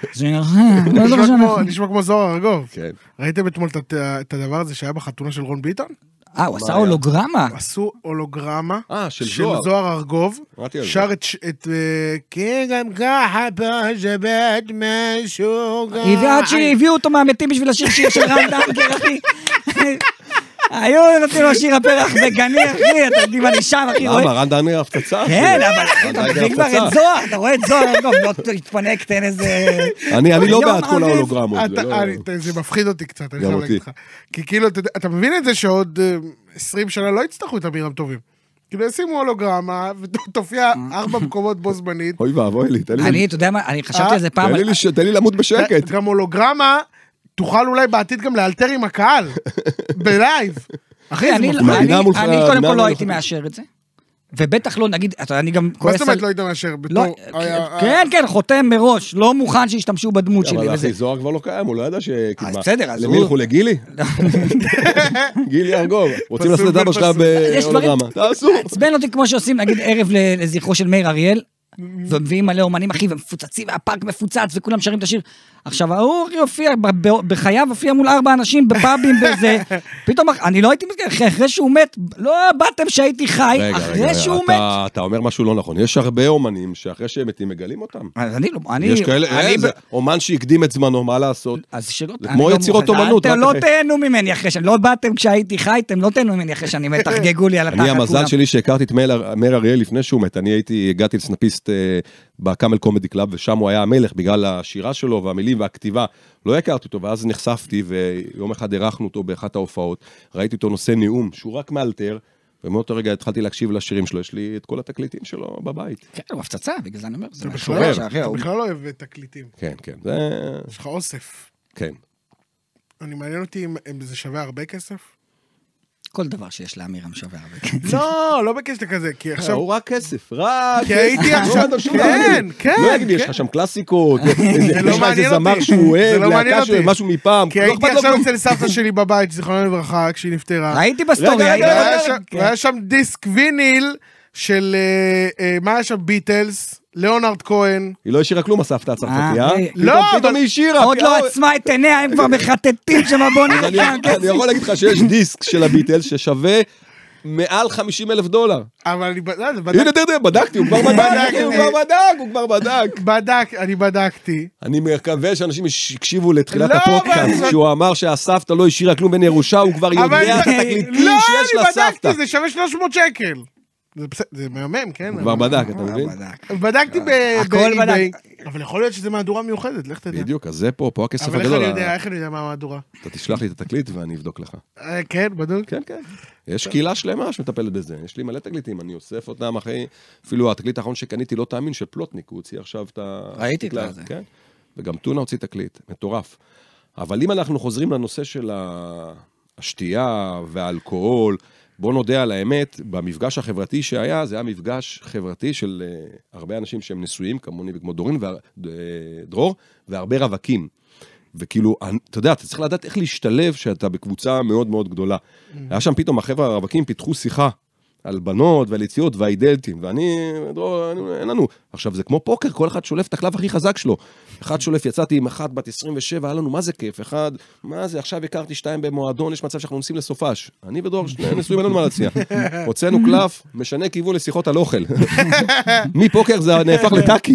נשמע כמו זוהר ארגוב. ראיתם אתמול את הדבר הזה שהיה בחתונה של רון ביטון? אה, הוא עשה הולוגרמה. עשו הולוגרמה של זוהר ארגוב, שר את כן גם ככה פשבת משהו ועד שהביאו אותו מהמתים בשביל השיר שיר של רן דנקר, אחי. היו נותנים לו שיר הפרח וגני, אחי, אתה יודעים, אני שם, אחי. למה, רן דנקר הפצצה? כן, אבל אתה מביא כבר את זוהר, אתה רואה את זוהר, לא תתפנק, תן איזה... אני לא בעד כל ההולוגרמות. זה מפחיד אותי קצת, אני חייב להגיד לך. כי כאילו, אתה מבין את זה שעוד עשרים שנה לא יצטרכו את אמירם טובים. כאילו, ישימו הולוגרמה, ותופיע ארבע מקומות בו זמנית. אוי ואבוי לי, תן לי... אני, אתה יודע מה, אני חשבתי על זה פעם... תן לי למות בשקט. גם הולוגרמה, תוכל אולי בעתיד גם לאלתר עם הקהל. בלייב. אחי, אני קודם כל לא הייתי מאשר את זה. ובטח לא, נגיד, אני גם... מה זאת אומרת לא היית מאשר? כן, כן, חותם מראש, לא מוכן שישתמשו בדמות שלי. אבל אחי, זוהר כבר לא קיים, הוא לא ידע ש... בסדר, אז הוא... למי ילכו לגילי? גילי ארגוב, רוצים לעשות את אבא שלך בהולוגרמה. תעשו. עצבן אותי כמו שעושים, נגיד, ערב לזכרו של מאיר אריאל, ומביאים מלא אומנים, אחי, ומפוצצים, והפארק מפוצץ, וכולם שרים את השיר. עכשיו, הוא הופיע, בחייו הופיע מול ארבע אנשים בפאבים, בזה, פתאום, אני לא הייתי מזכיר, אחרי שהוא מת, לא באתם שהייתי חי, אחרי שהוא מת. אתה אומר משהו לא נכון, יש הרבה אומנים שאחרי שהם מתים מגלים אותם. אז אני לא, אני... יש כאלה, איזה, אומן שהקדים את זמנו, מה לעשות? אז שלא... זה כמו יצירות אומנות. אתם לא תהנו ממני אחרי שאני, לא באתם כשהייתי חי, אתם לא תהנו ממני אחרי שאני מת, תחגגו לי על התחת. אני, המזל שלי שהכרתי את מאיר אריאל לפני שהוא מת, אני הייתי, הגעתי לסנאפיסט בקאמל קומדי קלאב, ושם הוא היה המלך בגלל השירה שלו והמילים והכתיבה. לא הכרתי אותו, ואז נחשפתי, ויום אחד ערכנו אותו באחת ההופעות, ראיתי אותו נושא נאום, שהוא רק מאלתר, ומאותו רגע התחלתי להקשיב לשירים שלו, יש לי את כל התקליטים שלו בבית. כן, הוא הפצצה, בגלל זה אני אומר. אתה בכלל לא אוהב תקליטים. כן, כן. יש לך אוסף. כן. אני מעניין אותי אם זה שווה הרבה כסף. כל דבר שיש לאמירם שווה הרבה כסף. לא, לא בקשת כזה, כי עכשיו... הוא רק כסף, רק... כי הייתי עכשיו... כן, כן. לא יגיד לי, יש לך שם קלאסיקות, יש לך איזה זמר שהוא אוהב, להקה שלו, משהו מפעם. כי הייתי עכשיו אצל סבתא שלי בבית, זיכרונה לברכה, כשהיא נפטרה. ראיתי בסטוריה. היה שם דיסק ויניל של... מה היה שם? ביטלס. ליאונרד כהן. היא לא השאירה כלום, הסבתא הצרפתי, אה? לא, פתאום היא השאירה. עוד לא עצמה את עיניה, הם כבר מחטטים שם בונים. אני יכול להגיד לך שיש דיסק של הביטלס ששווה מעל חמישים אלף דולר. אבל אני בדקתי. הנה, תראה, בדקתי, הוא כבר בדק, הוא כבר בדק, הוא כבר בדק. בדק, אני בדקתי. אני מקווה שאנשים הקשיבו לתחילת הפודקאסט, שהוא אמר שהסבתא לא השאירה כלום בין ירושה, הוא כבר יודע את התקליטים שיש לסבתא. לא, אני בדקתי, זה שווה שלוש מאות שקל. זה מהמם, כן? הוא כבר בדק, אתה מבין? בדקתי באי-ביי, אבל יכול להיות שזה מהדורה מיוחדת, לך תדע. בדיוק, אז זה פה, פה הכסף הגדול. אבל איך אני יודע, איך אני יודע מה המהדורה? אתה תשלח לי את התקליט ואני אבדוק לך. כן, בדוק? כן, כן. יש קהילה שלמה שמטפלת בזה, יש לי מלא תקליטים, אני אוסף אותם אחרי, אפילו התקליט האחרון שקניתי, לא תאמין, של פלוטניק, הוא הוציא עכשיו את ה... ראיתי את זה. כן, וגם טונה הוציא תקליט, מטורף. אבל אם אנחנו חוזרים לנושא של השתייה והאלכוהול, בוא נודה על האמת, במפגש החברתי שהיה, זה היה מפגש חברתי של הרבה אנשים שהם נשואים, כמוני וכמו דורין ודרור, והרבה רווקים. וכאילו, אתה יודע, אתה צריך לדעת איך להשתלב שאתה בקבוצה מאוד מאוד גדולה. היה שם פתאום החבר'ה הרווקים פיתחו שיחה על בנות ועל יציאות והאידלטים, ואני, אין לנו. עכשיו, זה כמו פוקר, כל אחד שולף את הקלף הכי חזק שלו. אחד שולף, יצאתי עם אחת בת עשרים ושבע, היה לנו, מה זה כיף? אחד, מה זה, עכשיו הכרתי שתיים במועדון, יש מצב שאנחנו נוסעים לסופש. אני ודרור, שני נשואים, אין לנו מה להציע. הוצאנו קלף, משנה כיוון לשיחות על אוכל. מפוקר זה נהפך לטאקי.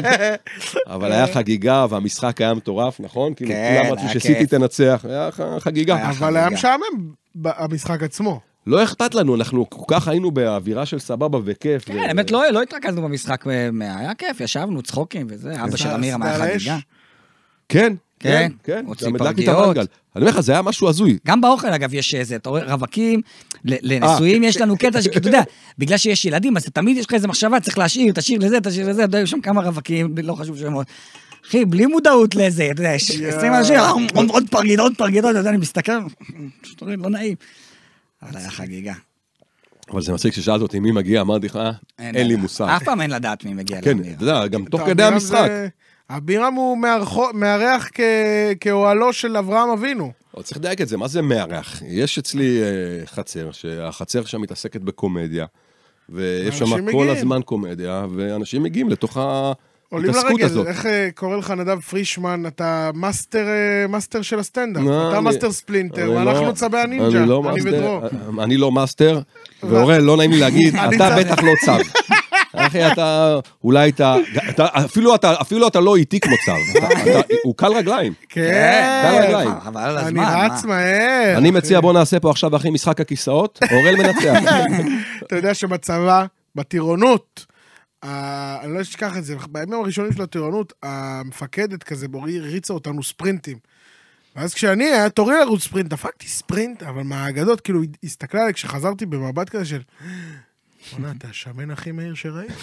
אבל היה חגיגה, והמשחק היה מטורף, נכון? כאילו, כולם רצו שסיטי תנצח, היה חגיגה. אבל היה משעמם המשחק עצמו. לא אכפת לנו, אנחנו כל כך היינו באווירה של סבבה וכיף. כן, האמת לא התרכזנו במשחק, היה כיף, ישבנו, צחוקים וזה, אבא של אמיר היה חגיגה. כן, כן, כן, הוציא פרגיות. אני אומר לך, זה היה משהו הזוי. גם באוכל, אגב, יש איזה, אתה רואה, רווקים, לנשואים יש לנו קטע שכאילו, אתה יודע, בגלל שיש ילדים, אז תמיד יש לך איזה מחשבה, צריך להשאיר, תשאיר לזה, תשאיר לזה, יש שם כמה רווקים, לא חשוב שמות. אחי, בלי מודעות לזה, אתה יודע, עשרים אנשים, עוד פרגית, עוד פרגית, אתה יודע, אני מסתכל, לא נעים. אבל היה חגיגה. אבל זה מצחיק ששאלת אותי מי מגיע, אמרתי לך, אין לי מושג. אף פעם אין לדעת מי מגיע. כן, אתה יודע, גם תוך כדי המשחק. אבירם הוא מארח כאוהלו של אברהם אבינו. צריך לדייק את זה, מה זה מארח? יש אצלי חצר, שהחצר שם מתעסקת בקומדיה, ויש שם כל הזמן קומדיה, ואנשים מגיעים לתוך ה... עולים לרגל, איך קורא לך נדב פרישמן, אתה מאסטר של הסטנדאפ, אתה מאסטר ספלינטר, ואנחנו צבי הנינג'ה, אני ודרור. אני לא מאסטר, ואורל, לא נעים לי להגיד, אתה בטח לא צב. אחי, אתה, אולי אתה, אפילו אתה לא איטי כמו צב, הוא קל רגליים. כן, קל רגליים. אני רץ מהר. אני מציע, בוא נעשה פה עכשיו, אחי, משחק הכיסאות, אורל מנצח. אתה יודע שבצבא, בטירונות, אני לא אשכח את זה, בימים הראשונים של הטירונות, המפקדת כזה, בורי, הריצה אותנו ספרינטים. ואז כשאני היה תורי לרוץ ספרינט, דפקתי ספרינט, אבל מהאגדות, כאילו, הסתכלה עליי כשחזרתי במבט כזה של, עונה, אתה שמן הכי מהיר שראית?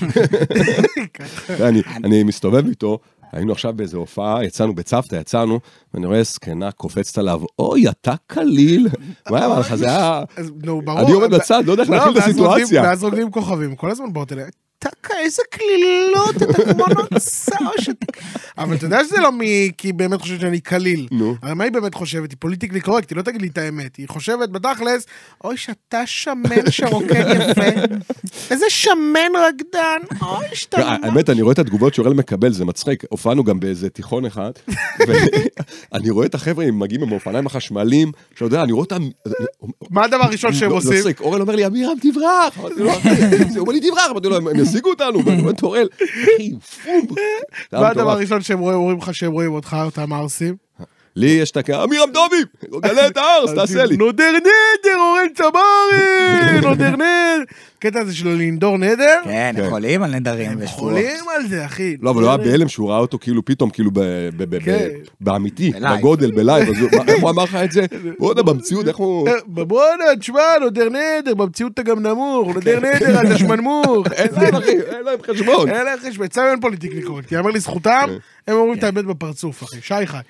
אני מסתובב איתו, היינו עכשיו באיזו הופעה, יצאנו בצוותא, יצאנו, ואני רואה סקנה, קופצת עליו, אוי, אתה קליל. מה היה לך? זה היה... אני עומד בצד, לא יודע איך להכיל את הסיטואציה. ואז רוקדים כוכבים, כל הזמן באות אליי, אתה איזה כלילות, אתה כמו נוצר שאתה... אבל אתה יודע שזה לא מי, כי היא באמת חושבת שאני כליל. אבל מה היא באמת חושבת? היא פוליטיקלי קורקט, היא לא תגיד לי את האמת. היא חושבת בתכלס, אוי, שאתה שמן שרוקד יפה. איזה שמן רגדן. אוי, שאתה... האמת, אני רואה את התגובות שאורל מקבל, זה מצחיק. הופענו גם באיזה תיכון אחד, ואני רואה את החבר'ה, הם מגיעים עם האופניים החשמליים, שאתה יודע, אני רואה אותם... מה הדבר הראשון שהם עושים? אורל אומר לי, אמירם, תברח. הוא אומר לי, תברח. הם ישיגו אותנו, ואני תורל, אחי, פום. מה הדבר הראשון שהם רואים לך, שהם רואים אותך, אותם ארסים? לי יש את הקרא, אמירם דובי, גלה את הארס, תעשה לי. נודר נדר, אורן צברי, נודר נדר. קטע הזה שלו לנדור נדר. כן, חולים על נדרים. חולים על זה, אחי. לא, אבל הוא היה בהלם שהוא ראה אותו כאילו פתאום, כאילו באמיתי, בגודל, בלייב. איך הוא אמר לך את זה? בוא נדע, במציאות, איך הוא... בוא נדע, תשמע, נודר נדר, במציאות אתה גם נמוך, נודר נדר, אתה שמנמוך. אין להם, אחי, אין להם חשבון. אין להם חשבון, אצלם אין פוליטיקלי קורקט, כי אמר לי זכותם, הם אומרים את האמת בפרצוף, אחי, שי חי.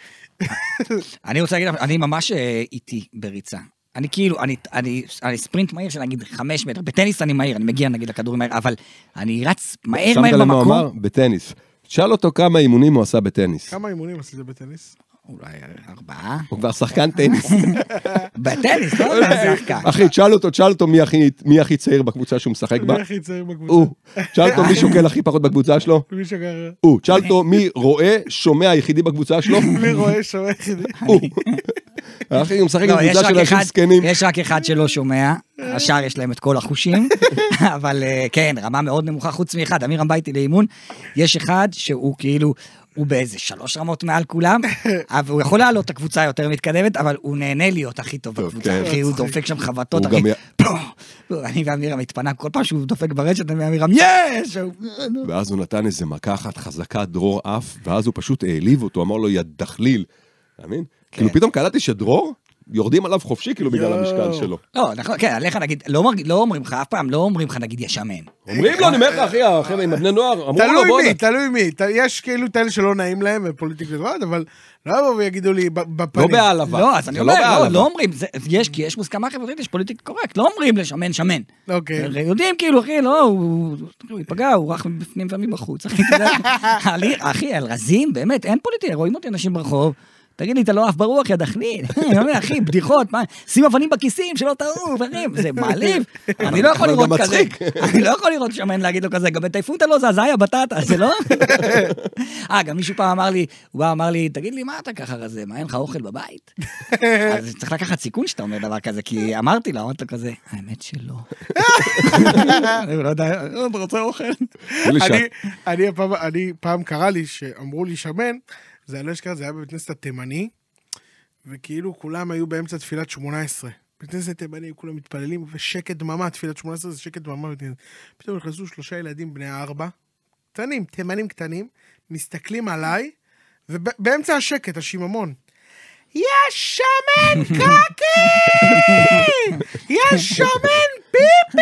אני רוצה להגיד, אני ממש איטי בריצה. אני כאילו, אני, אני, אני ספרינט מהיר של נגיד חמש מטר, בטניס אני מהיר, אני מגיע נגיד לכדורים מהיר, אבל אני רץ מהר מהר במקום. שמת למה אמר? בטניס. שאל אותו כמה אימונים הוא עשה בטניס. כמה אימונים עשית בטניס? אולי ארבעה. הוא כבר שחקן טניס. בטניס, לא יודע, שחקן. אחי, תשאל אותו, תשאל אותו מי הכי צעיר בקבוצה שהוא משחק בה. מי הכי צעיר בקבוצה? הוא. תשאל אותו מי שוקל הכי פחות בקבוצה שלו. מי שוקל? הוא. תשאל אותו מי רואה, שומע היחידי בקבוצה שלו. מי רואה, שומע היחידי. הוא. אחי, הוא משחק בקבוצה של אנשים זקנים. יש רק אחד שלא שומע, השאר יש להם את כל החושים, אבל כן, רמה מאוד נמוכה חוץ מאחד. אמירם בא איתי לאימון, יש אחד שהוא כאילו, הוא באיזה שלוש רמות מעל כולם, אבל הוא יכול לעלות את הקבוצה יותר מתקדמת, אבל הוא נהנה להיות הכי טוב בקבוצה, אחי, הוא דופק שם חבטות, אחי, אני ואמירם התפנה, כל פעם שהוא דופק ברשת, אני ואמירם, יש! ואז הוא נתן איזה מכה אחת חזקה, דרור אף, ואז הוא פשוט העליב אותו, אמר לו, יא דחליל, אתה מבין? כאילו פתאום קלטתי שדרור, יורדים עליו חופשי, כאילו, בגלל המשקל שלו. לא, נכון, כן, עליך נגיד, לא אומרים לך, אף פעם לא אומרים לך, נגיד, ישמן. אומרים לו, אני אומר לך, אחי, החבר'ה עם הבני נוער, אמרו לו, תלוי מי, תלוי מי. יש כאילו תאלה שלא נעים להם, בפוליטיקה לבד, אבל לא יבואו ויגידו לי בפנים. לא בהעלבה. לא, אז אני אומר, לא אומרים, יש, כי יש מוסכמה חברתית, יש פוליטיקה קורקט, לא אומרים לשמן, שמן. אוקיי. יודעים כאילו, אחי, לא, הוא ייפגע, הוא רך בפנים ומבחוץ. אחי, על רזים, באמת, אין פוליטיקה, רואים אותי אנשים ברחוב, תגיד לי, אתה לא אף ברוח, יא דחליל. אחי, בדיחות, מה? שים אבנים בכיסים, שלא תעוף, זה מעליב. אני לא יכול לראות כזה. אני לא יכול לראות שמן להגיד לו כזה, גם בטייפון אתה לא זז, היה בטטה, זה לא? אה, גם מישהו פעם אמר לי, הוא בא אמר לי, תגיד לי, מה אתה ככה רזה? מה, אין לך אוכל בבית? אז צריך לקחת סיכון שאתה אומר דבר כזה, כי אמרתי לו, אמרתי לו כזה, האמת שלא. אני לא יודע, אתה רוצה אוכל? אני פעם קרה לי שאמרו לי שמן, זה לא אשכרה, זה היה בבית כנסת התימני, וכאילו כולם היו באמצע תפילת שמונה עשרה. בבית כנסת התימני, כולם מתפללים, ושקט דממה, תפילת שמונה עשרה זה שקט דממה. פתאום נכנסו שלושה ילדים בני ארבע, קטנים, תימנים קטנים, מסתכלים עליי, ובאמצע השקט, השיממון, יש שמן קקי! יש שמן פיפי!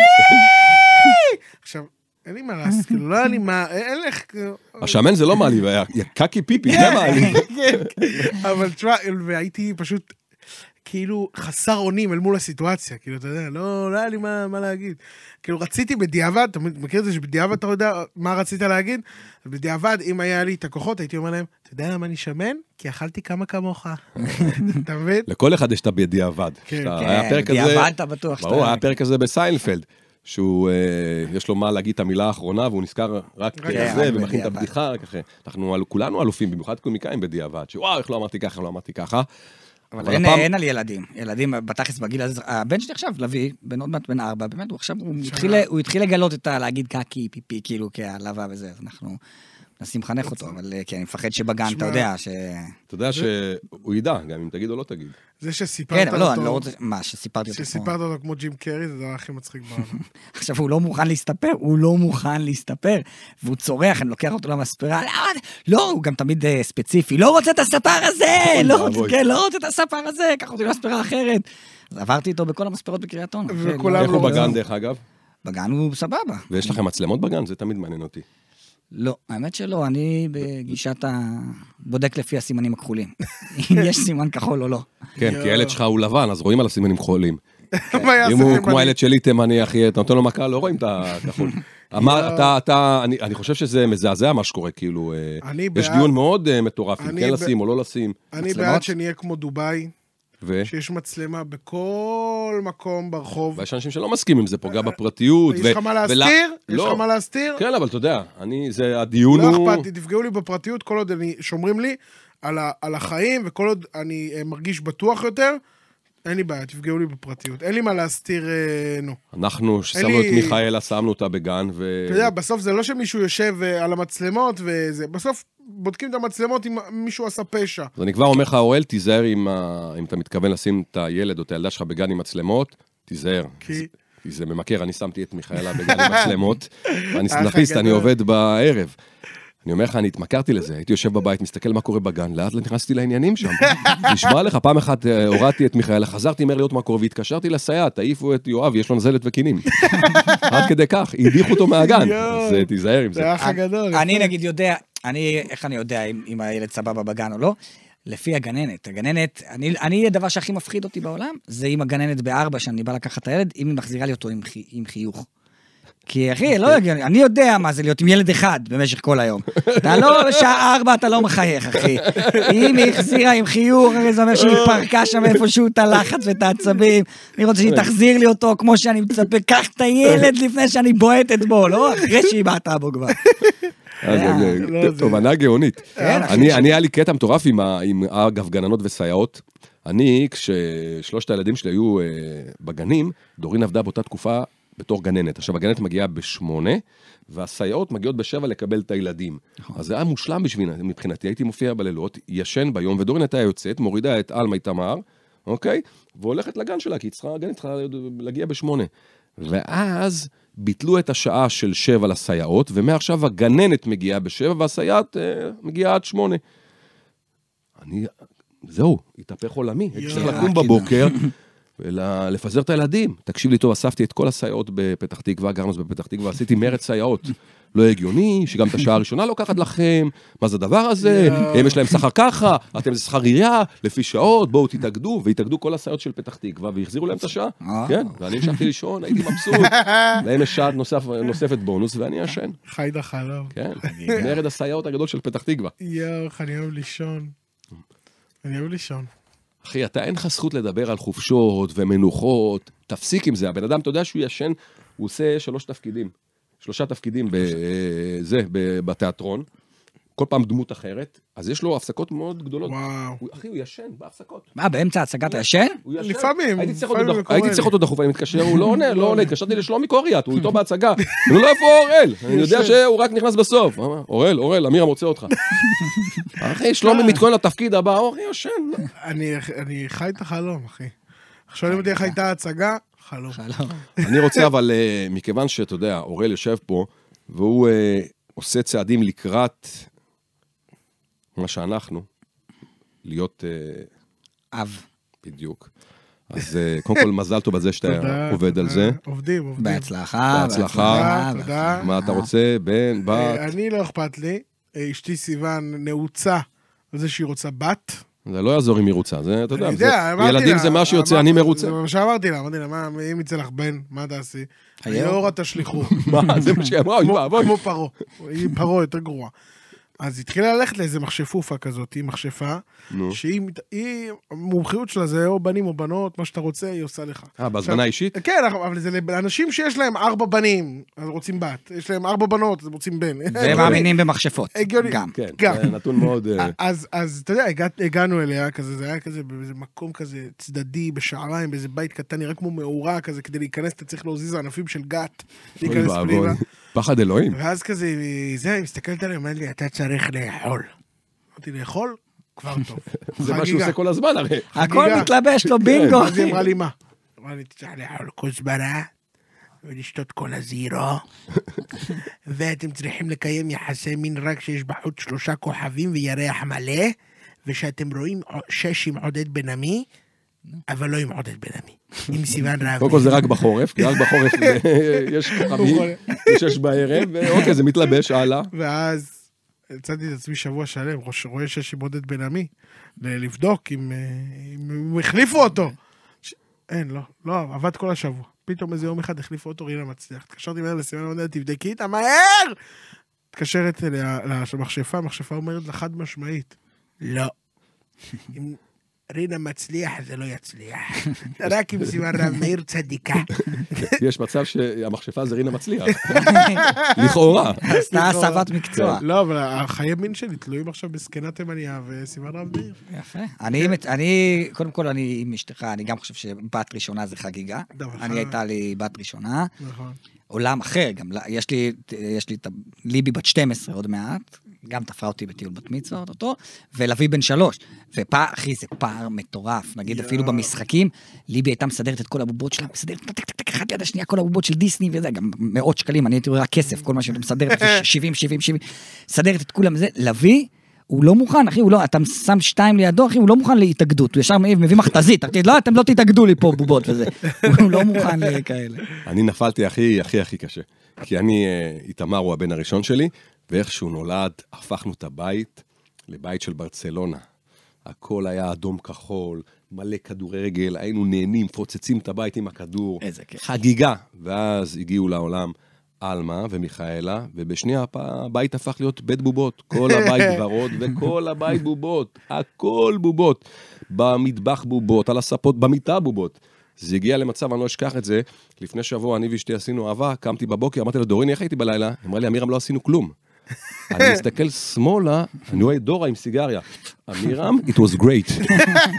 עכשיו, אין לי מה לעשות, כאילו, לא אני מה, אין לך... השמן זה לא מעליב, היה קקי פיפי, זה מעליב. אבל תשמע, והייתי פשוט, כאילו, חסר אונים אל מול הסיטואציה, כאילו, אתה יודע, לא, לא היה לי מה להגיד. כאילו, רציתי בדיעבד, אתה מכיר את זה שבדיעבד אתה יודע מה רצית להגיד? בדיעבד, אם היה לי את הכוחות, הייתי אומר להם, אתה יודע למה אני שמן? כי אכלתי כמה כמוך. אתה מבין? לכל אחד יש את בדיעבד. כן, בדיעבד אתה בטוח. ברור, היה פרק הזה בסיינפלד. שהוא, יש לו מה להגיד את המילה האחרונה, והוא נזכר רק כזה, ומכין את הבדיחה, אנחנו כולנו אלופים, במיוחד קומיקאים בדיעבד, שוואו, איך לא אמרתי ככה, לא אמרתי ככה. אבל אין על ילדים, ילדים בתכלס בגיל הזה, הבן שלי עכשיו, לוי, בן עוד מעט בן ארבע, באמת, הוא עכשיו, הוא התחיל לגלות את להגיד קקי, פיפי, כאילו, כהעלבה וזה, אז אנחנו נסים לחנך אותו, אבל כי אני מפחד שבגן, אתה יודע, ש... אתה יודע שהוא ידע, גם אם תגיד או לא תגיד. זה שסיפרת אותו... כן, אבל לא, אני לא רוצה... מה, שסיפרתי אותו... שסיפרת אותו כמו ג'ים קרי, זה דבר הכי מצחיק בעולם. עכשיו, הוא לא מוכן להסתפר, הוא לא מוכן להסתפר, והוא צורח, אני לוקח אותו למספרה, לא, הוא גם תמיד ספציפי, לא רוצה את הספר הזה, לא רוצה את הספר הזה, קח אותי למספרה אחרת. אז עברתי איתו בכל המספרות בקריית אונו. איך הוא בגן, דרך אגב? בגן הוא סבבה. ויש לכם מצלמות בגן? זה תמיד מעניין אותי. לא, האמת שלא, אני בגישת הבודק לפי הסימנים הכחולים. אם יש סימן כחול או לא. כן, כי הילד שלך הוא לבן, אז רואים על הסימנים כחולים. אם הוא כמו הילד שלי תימני, אחי, אתה נותן לו מכה, לא רואים את הכחול. אני חושב שזה מזעזע מה שקורה, כאילו, יש דיון מאוד מטורף, אם כן לשים או לא לשים. אני בעד שנהיה כמו דובאי. שיש מצלמה בכל מקום ברחוב. ויש אנשים שלא מסכימים, זה פוגע בפרטיות. יש לך מה להסתיר? יש לך מה להסתיר? כן, אבל אתה יודע, זה הדיון הוא... לא אכפת, תפגעו לי בפרטיות, כל עוד שומרים לי על החיים, וכל עוד אני מרגיש בטוח יותר, אין לי בעיה, תפגעו לי בפרטיות. אין לי מה להסתיר, נו. אנחנו, ששמנו את מיכאלה, שמנו אותה בגן, ו... אתה יודע, בסוף זה לא שמישהו יושב על המצלמות, וזה, בסוף בודקים את המצלמות אם מישהו עשה פשע. אז אני כבר אומר לך, אוהל, תיזהר אם אתה מתכוון לשים את הילד או את הילדה שלך בגן עם מצלמות, תיזהר. כי זה ממכר, אני שמתי את מיכאלה בגן עם מצלמות, ואני סנאפיסט, אני עובד בערב. אני אומר לך, אני התמכרתי לזה, הייתי יושב בבית, מסתכל מה קורה בגן, לאט לאט נכנסתי לעניינים שם. נשמע לך, פעם אחת הורדתי את מיכאלה, חזרתי מהר להיות מה קורה, והתקשרתי לסייעת, תעיפו את יואב, יש לו נזלת וכינים. עד כדי כך, הדיחו אותו מהגן, אז תיזהר עם זה. זה אח הגדול. אני נגיד יודע, אני, איך אני יודע אם הילד סבבה בגן או לא? לפי הגננת. הגננת, אני, אני, הדבר שהכי מפחיד אותי בעולם, זה אם הגננת בארבע, שאני בא לקחת את הילד, אם היא מחזירה לי אותו עם, עם חיוך. כי אחי, לא הגיוני, אני יודע מה זה להיות עם ילד אחד במשך כל היום. אתה לא, בשעה ארבע אתה לא מחייך, אחי. אם היא החזירה עם חיוך, זה אומר שהיא פרקה שם איפשהו את הלחץ ואת העצבים. אני רוצה שהיא תחזיר לי אותו כמו שאני מצפה, קח את הילד לפני שאני בועטת בו, לא אחרי שהיא בעטה בו כבר. תובנה גאונית. אני, היה לי קטע מטורף עם אגב גננות וסייעות. אני, כששלושת הילדים שלי היו בגנים, דורין עבדה באותה תקופה בתור גננת. עכשיו, הגננת מגיעה בשמונה, והסייעות מגיעות בשבע לקבל את הילדים. אז זה היה מושלם מבחינתי, הייתי מופיע בלילות, ישן ביום, ודורין הייתה יוצאת, מורידה את אלמה איתמר, אוקיי? והולכת לגן שלה, כי היא צריכה, הגננת צריכה להגיע בשמונה. ואז ביטלו את השעה של שבע לסייעות, ומעכשיו הגננת מגיעה בשבע, והסייעת אה, מגיעה עד שמונה. אני זהו, התהפך עולמי. הייתי צריך לקום בבוקר, ולפזר את הילדים. תקשיב לי טוב, אספתי את כל הסייעות בפתח תקווה, גרנו בפתח תקווה, עשיתי מרד סייעות. לא הגיוני, שגם את השעה הראשונה לוקחת לכם, מה זה הדבר הזה? הם יש להם שכר ככה, אתם זה שכר עירייה, לפי שעות, בואו תתאגדו, והתאגדו כל הסייעות של פתח תקווה, והחזירו להם את השעה. כן, ואני המשכתי לישון, הייתי מבסוט. להם יש שעה נוספת בונוס, ואני ישן. חי דחלום. כן, מרד הסייעות הגדול של פתח תקווה. יואו, אני אוהב לישון. אני אוהב לישון. אחי, אתה אין לך זכות לדבר על חופשות ומנוחות, תפסיק עם זה. הבן אדם, אתה יודע שהוא ישן, הוא עושה שלוש תפקידים. שלושה תפקידים בזה, בתיאטרון, כל פעם דמות אחרת, אז יש לו הפסקות מאוד גדולות. וואו. אחי, הוא ישן בהפסקות. מה, באמצע הצגת הישן? לפעמים. הייתי צריך אותו דחוף, אני מתקשר, הוא לא עונה, לא עונה, התקשרתי לשלומי קוריאט, הוא איתו בהצגה. הוא לא איפה אורל, אני יודע שהוא רק נכנס בסוף. אורל, אורל, אמיר מוצא אותך. אחי, שלומי מתכונן לתפקיד הבא, אורי ישן. אני חי את החלום, אחי. עכשיו אני יודע איך הייתה ההצגה, חלום. אני רוצה אבל, מכיוון שאתה יודע, אורל יושב פה, והוא עושה צעדים לקראת מה שאנחנו, להיות אב. בדיוק. אז קודם כל מזל טוב בזה שאתה עובד על זה. עובדים, עובדים. בהצלחה. בהצלחה. תודה. מה אתה רוצה? בן, בת? אני לא אכפת לי. אשתי סיוון נעוצה על זה שהיא רוצה בת. זה לא יעזור אם היא רוצה, זה, אתה יודע, ילדים זה מה שיוצא, אני מרוצה. זה מה שאמרתי לה, אמרתי לה, אם יצא לך בן, מה תעשי? היאורה תשליחו. מה, זה מה שהיא אמרה, כמו פרו, היא פרו יותר גרועה. אז התחילה ללכת לאיזה מכשפופה כזאת, היא מכשפה, שהיא, המומחיות שלה זה או בנים או בנות, מה שאתה רוצה, היא עושה לך. אה, בהזמנה אישית? כן, אבל זה לאנשים שיש להם ארבע בנים, אז רוצים בת, יש להם ארבע בנות, אז רוצים בן. והם מאמינים במכשפות. הגיוני. גם. כן, זה נתון מאוד... אז אתה יודע, הגענו אליה כזה, זה היה כזה, באיזה מקום כזה צדדי, בשעריים, באיזה בית קטן, נראה כמו מאורה כזה, כדי להיכנס, אתה צריך להוזיז ענפים של גת, להיכנס פנימה. פחד אלוהים. ואז כזה, זה, היא מסתכלת עליהם, אמרת לי, אתה צריך לאכול. אמרתי, לאכול? כבר טוב. זה מה שהוא עושה כל הזמן, הרי. הכל מתלבש לו בינגו. אז היא אמרה לי, מה? אמרה לי, תצטרך לאכול כוסברה, ולשתות כל הזירו, ואתם צריכים לקיים יחסי מין רק שיש בחוץ שלושה כוכבים וירח מלא, ושאתם רואים שש עם עודד בן עמי, אבל לא עם עודד בן עמי, עם סיוון רב. קודם כל זה רק בחורף, כי רק בחורף יש כוכבים, שש בערב, ואוקיי, זה מתלבש, הלאה. ואז יצאתי את עצמי שבוע שלם, רואה שיש עם עודד בן עמי, לבדוק אם הם החליפו אותו. אין, לא, לא, עבד כל השבוע. פתאום איזה יום אחד החליפו אותו, רינה מצליח. התקשרתי מהר לסיוון, אמרתי, תבדקי איתה, מהר! התקשרת למכשפה, המכשפה אומרת לה חד משמעית. לא. אם רינה מצליח, זה לא יצליח. רק עם סיוון רב מאיר צדיקה. יש מצב שהמכשפה זה רינה מצליח. לכאורה. עשתה הסבת מקצוע. לא, אבל החיי מין שלי תלויים עכשיו בסקנת תימניה וסיוון רב מאיר. יפה. אני, קודם כל, אני עם אשתך, אני גם חושב שבת ראשונה זה חגיגה. אני הייתה לי בת ראשונה. נכון. עולם אחר, גם יש לי, יש לי את ליבי בת שתים עשרה עוד מעט, גם תפרה אותי בטיול בת מצווה, אותו, ולוי בן שלוש. ופער, אחי, זה פער מטורף. נגיד אפילו במשחקים, ליבי הייתה מסדרת את כל הבובות שלה, מסדרת, טק, טק, טק, אחת ליד השנייה, כל הבובות של דיסני, וזה גם מאות שקלים, אני הייתי רואה כסף, כל מה שאתה מסדרת, שבעים, שבעים, שבעים, מסדרת את כולם, זה, לוי, הוא לא מוכן, אחי, הוא לא, אתה שם שתיים לידו, אחי, הוא לא מוכן להתאגדות, הוא ישר מביא מכתזית, אתה לא, אתם לא תתאגדו לי פה בובות וזה, הוא לא מוכן לכאלה. אני נפלתי הכי, הכי, הכי קשה, כי אני, איתמר הוא הבן הראשון שלי, ואיכשהו נולד, הפכנו את הבית לבית של ברצלונה. הכל היה אדום כחול, מלא כדורגל, היינו נהנים, פוצצים את הבית עם הכדור. איזה כיף. חגיגה. ואז הגיעו לעולם אלמה ומיכאלה, ובשנייה הבית הפך להיות בית בובות. כל הבית ורוד וכל הבית בובות. הכל בובות. במטבח בובות, על הספות, במיטה בובות. זה הגיע למצב, אני לא אשכח את זה. לפני שבוע אני ואשתי עשינו אהבה, קמתי בבוקר, אמרתי לה, דוריני, איך הייתי בלילה? אמרה לי, אמירם, לא עשינו כלום. אני מסתכל שמאלה, אני רואה דורה עם סיגריה. אמירם, it was great.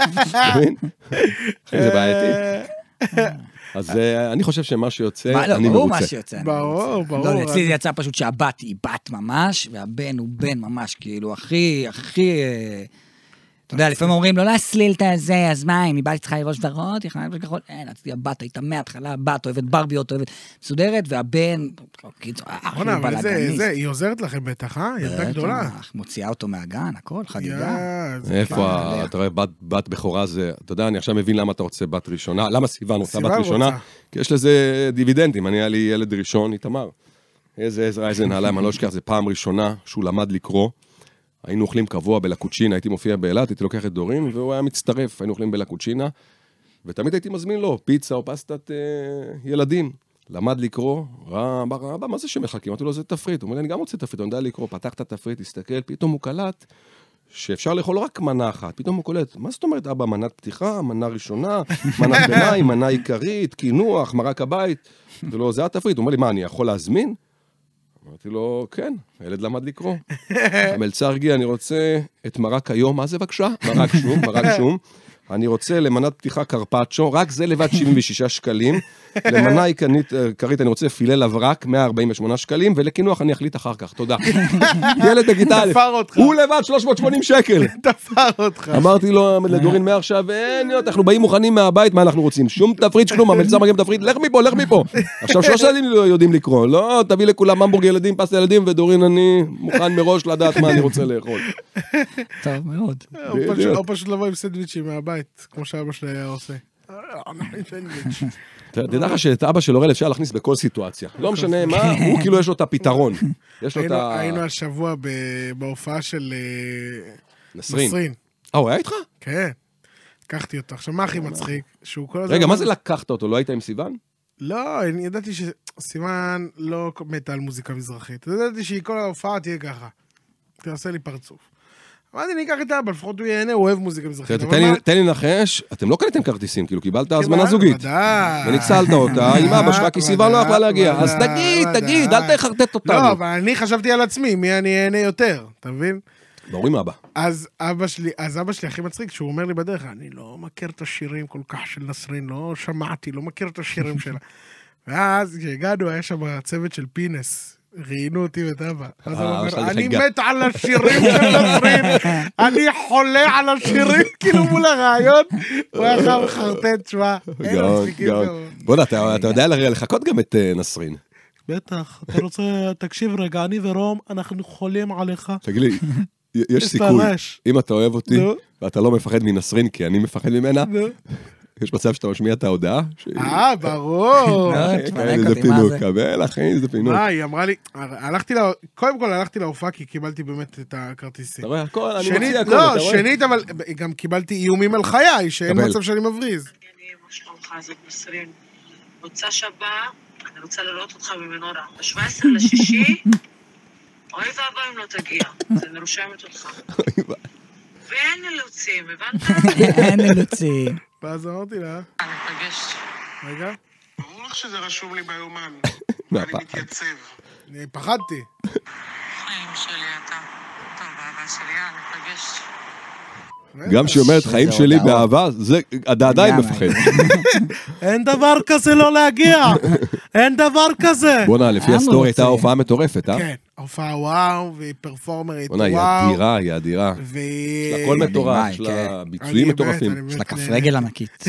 זה בעייתי. אז אני חושב שמה שיוצא, אני מרוצה. ברור מה שיוצא. ברור, ברור. לא, אצלי זה יצא פשוט שהבת היא בת ממש, והבן הוא בן ממש, כאילו, הכי, הכי... אתה יודע, לפעמים אומרים, לא להסליל את הזה, אז מה, אם היא באה צריכה לראש דרות, היא יכולה לראש כחול, אין, רציתי הבת, הייתה מההתחלה, הבת אוהבת ברביות, אוהבת מסודרת, והבן, עונה, אבל זה, היא עוזרת לכם בטח, אה? היא ילדה גדולה. מוציאה אותו מהגן, הכל, חגיגה. איפה, אתה רואה, בת בכורה זה, אתה יודע, אני עכשיו מבין למה אתה רוצה בת ראשונה, למה סיוון רוצה בת ראשונה, כי יש לזה דיבידנדים, אני היה לי ילד ראשון, איתמר. איזה עזרא, איזה נעליים, אני לא אשכח, זה פעם ראשונה שהוא למד לקרוא, היינו אוכלים קבוע בלקוצ'ינה, הייתי מופיע באילת, הייתי לוקח את דורין, והוא היה מצטרף, היינו אוכלים בלקוצ'ינה, ותמיד הייתי מזמין לו פיצה או פסטת אה, ילדים. למד לקרוא, ראה, ראה, מה זה שמחכים? אמרתי לו, זה תפריט. הוא אומר לי, אני גם רוצה תפריט, אני יודע לקרוא, פתח את התפריט, הסתכל, פתאום הוא קלט, שאפשר לאכול רק מנה אחת, פתאום הוא קולט, מה זאת אומרת, אבא, מנת פתיחה, מנה ראשונה, מנת ביניים, מנה עיקרית, קינוח, מרק הבית, ולא, זה התפריט. הוא אומר לי, מה, אני יכול להזמין? אמרתי לו, כן, הילד למד לקרוא. המלצר הגיע, אני רוצה את מרק היום, מה זה בבקשה? מרק שום, מרק שום. אני רוצה למנת פתיחה קרפצ'ו, רק זה לבד שבעים ושישה שקלים. למנה עיקרית, אני רוצה פילה לברק, מאה ארבעים ושמונה שקלים, ולקינוח אני אחליט אחר כך, תודה. ילד בכיתה א', הוא לבד שלוש מאות ושמונים שקל. תפר אותך. אמרתי לו, לדורין מעכשיו, אין, אנחנו באים מוכנים מהבית, מה אנחנו רוצים? שום תפריט שכלום, המלצר מגיע תפריט, לך מפה, לך מפה. עכשיו שלוש ילדים לא יודעים לקרוא, לא, תביא לכולם המבורג ילדים, פסטה ילדים, ודורין אני מוכן מראש לדעת מה אני רוצה לאכול. טוב מאוד. או פשוט לבוא עם סנדוויצ'ים מהבית, כמו שאבא שלי היה עושה. תדע לך שאת אבא של אורל אפשר להכניס בכל סיטואציה. לא משנה מה, הוא כאילו יש לו את הפתרון. היינו השבוע בהופעה של נסרין. אה, הוא היה איתך? כן. לקחתי אותו. עכשיו, מה הכי מצחיק? רגע, מה זה לקחת אותו? לא היית עם סיוון? לא, אני ידעתי שסיוון לא מתה על מוזיקה מזרחית. ידעתי שהיא כל ההופעה תהיה ככה. תעשה לי פרצוף. אמרתי, אני אקח את אבא, לפחות הוא ייהנה, הוא אוהב מוזיקה מזרחית. תן לי נחש, אתם לא קניתם כרטיסים, כאילו קיבלת הזמנה זוגית. ודאי. וניצלת אותה עם אבא שלך, כי סיוון לא יכלה להגיע. אז תגיד, תגיד, אל תחרטט אותנו. לא, אבל אני חשבתי על עצמי, מי אני אהנה יותר, אתה מבין? ברור עם אבא. אז אבא שלי, אז אבא שלי הכי מצחיק, שהוא אומר לי בדרך, אני לא מכיר את השירים כל כך של נסרין, לא שמעתי, לא מכיר את השירים שלה. ואז כשהגענו, היה שם צוות של פינס. ראינו אותי ואת אבא. אז הוא אומר, אני מת על השירים של נסרין, אני חולה על השירים, כאילו מול הרעיון, הוא היה חם חרטט, שמה. גאון, גאון. בוא'נה, אתה יודע לחכות גם את נסרין. בטח, אתה רוצה, תקשיב רגע, אני ורום, אנחנו חולים עליך. תגיד לי, יש סיכוי, אם אתה אוהב אותי, ואתה לא מפחד מנסרין, כי אני מפחד ממנה, יש מצב שאתה משמיע את ההודעה? אה, ברור. איזה פינוק, קבל, אחי, זה פינוק. מה, היא אמרה לי, הלכתי לה, קודם כל הלכתי להופעה, כי קיבלתי באמת את הכרטיסים. אתה רואה, הכל, אני מציע הכל, לא, שנית, אבל גם קיבלתי איומים על חיי, שאין מצב שאני מבריז. אני משמעותך הזאת נסרין. מוצא שבה, אני רוצה לראות אותך במנורה. ב-שבעה עשר לשישי, אוי ואבא אם לא תגיע, זה מרושמת אותך. ואין אילוצים, הבנת? אין אילוצים. ואז אמרתי לה, אני מפגש. רגע. ברור לך שזה רשום לי ביומן. אני מתייצב. אני פחדתי. חיים שלי אתה. טוב, אהבה שלי, אני מפגש. גם שהיא אומרת חיים שלי באהבה, זה עדיין מפחד. אין דבר כזה לא להגיע. אין דבר כזה. בוא'נה, לפי הסטורי הייתה הופעה מטורפת, אה? כן, הופעה וואו, והיא פרפורמרית וואו. בוא'נה, היא אדירה, היא אדירה. יש לה קול מטורף, יש לה ביצועים מטורפים. יש לה כף רגל ענקית.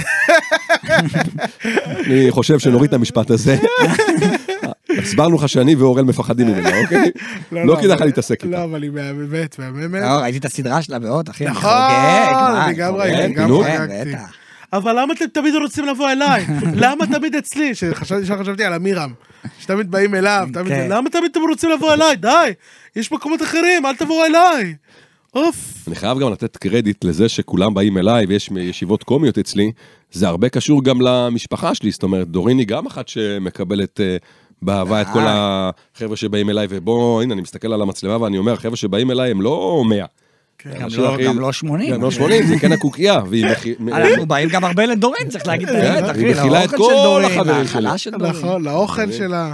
אני חושב שנוריד את המשפט הזה. הסברנו לך שאני ואורל מפחדים ממנה, אוקיי? לא כדאי לך להתעסק איתה. לא, אבל היא מהממת, מהממת. ראיתי את הסדרה שלה בעוד, אחי. נכון, אני גם ראיתי, גם חגגתי. אבל למה אתם תמיד רוצים לבוא אליי? למה תמיד אצלי? שחשבתי על אמירם, שתמיד באים אליו, למה תמיד אתם רוצים לבוא אליי? די, יש מקומות אחרים, אל תבואו אליי. אוף. אני חייב גם לתת קרדיט לזה שכולם באים אליי, ויש ישיבות קומיות אצלי, זה הרבה קשור גם למשפחה שלי, זאת אומרת, דורין היא גם אחת שמקבלת באהבה את כל החבר'ה שבאים אליי, ובוא, הנה, אני מסתכל על המצלמה ואני אומר, החבר'ה שבאים אליי הם לא מאה. גם לא שמונים. גם לא שמונים, זה כן הקוקייה. אנחנו באים גם הרבה לדורין, צריך להגיד את האמת, אחי. היא מכילה את כל החברים שלי. נכון, לאוכל שלה.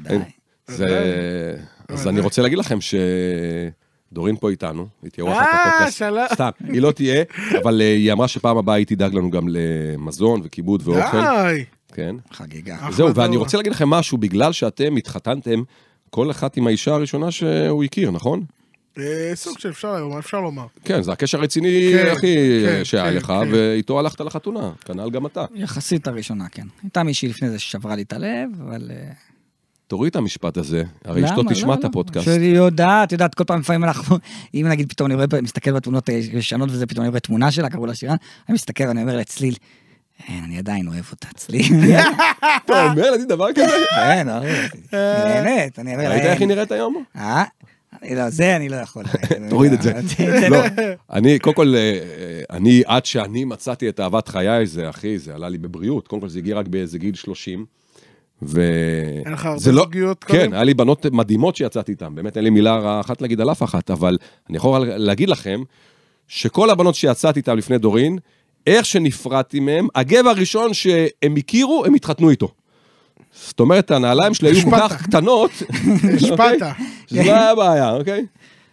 אז אני רוצה להגיד לכם שדורין פה איתנו, היא תהיה וואחת הפודקאסט. סתם, היא לא תהיה, אבל היא אמרה שפעם הבאה היא תדאג לנו גם למזון וכיבוד ואוכל. די. כן. חגיגה. זהו, ואני רוצה להגיד לכם משהו, בגלל שאתם התחתנתם כל אחת עם האישה הראשונה שהוא הכיר, נכון? סוג שאפשר לומר. כן, זה הקשר הרציני הכי שהיה לך, ואיתו הלכת לחתונה, כנ"ל גם אתה. יחסית הראשונה, כן. הייתה מישהי לפני זה ששברה לי את הלב, אבל... תוריד את המשפט הזה, הרי אשתו תשמע את הפודקאסט. שאני יודעת, יודעת, כל פעם לפעמים אנחנו, אם נגיד פתאום אני רואה, מסתכל בתמונות ישנות וזה, פתאום אני רואה תמונה שלה, קראו לה שירן, אני מסתכל ואני אומר לה, צליל, אני עדיין אוהב אותה, צליל. אתה אומר, אני דבר כזה? כן, אני נהנית, אני אומר לה... ראית איך היא נראית היום? אה? לא, זה אני לא יכול. תוריד את זה. לא, אני, קודם כל, אני, עד שאני מצאתי את אהבת חיי, זה, אחי, זה עלה לי בבריאות. קודם כל, זה הגיע רק באיזה גיל שלושים. ו... אין לך הרבה זוגיות קודם? כן, היה לי בנות מדהימות שיצאתי איתן. באמת, אין לי מילה רעה אחת להגיד על אף אחת, אבל אני יכול להגיד לכם, שכל הבנות שיצאתי איתן לפני דורין, איך שנפרדתי מהם, הגבר הראשון שהם הכירו, הם התחתנו איתו. זאת אומרת, הנעליים שלי היו כל כך קטנות. השפעת. שזה לא היה בעיה, אוקיי?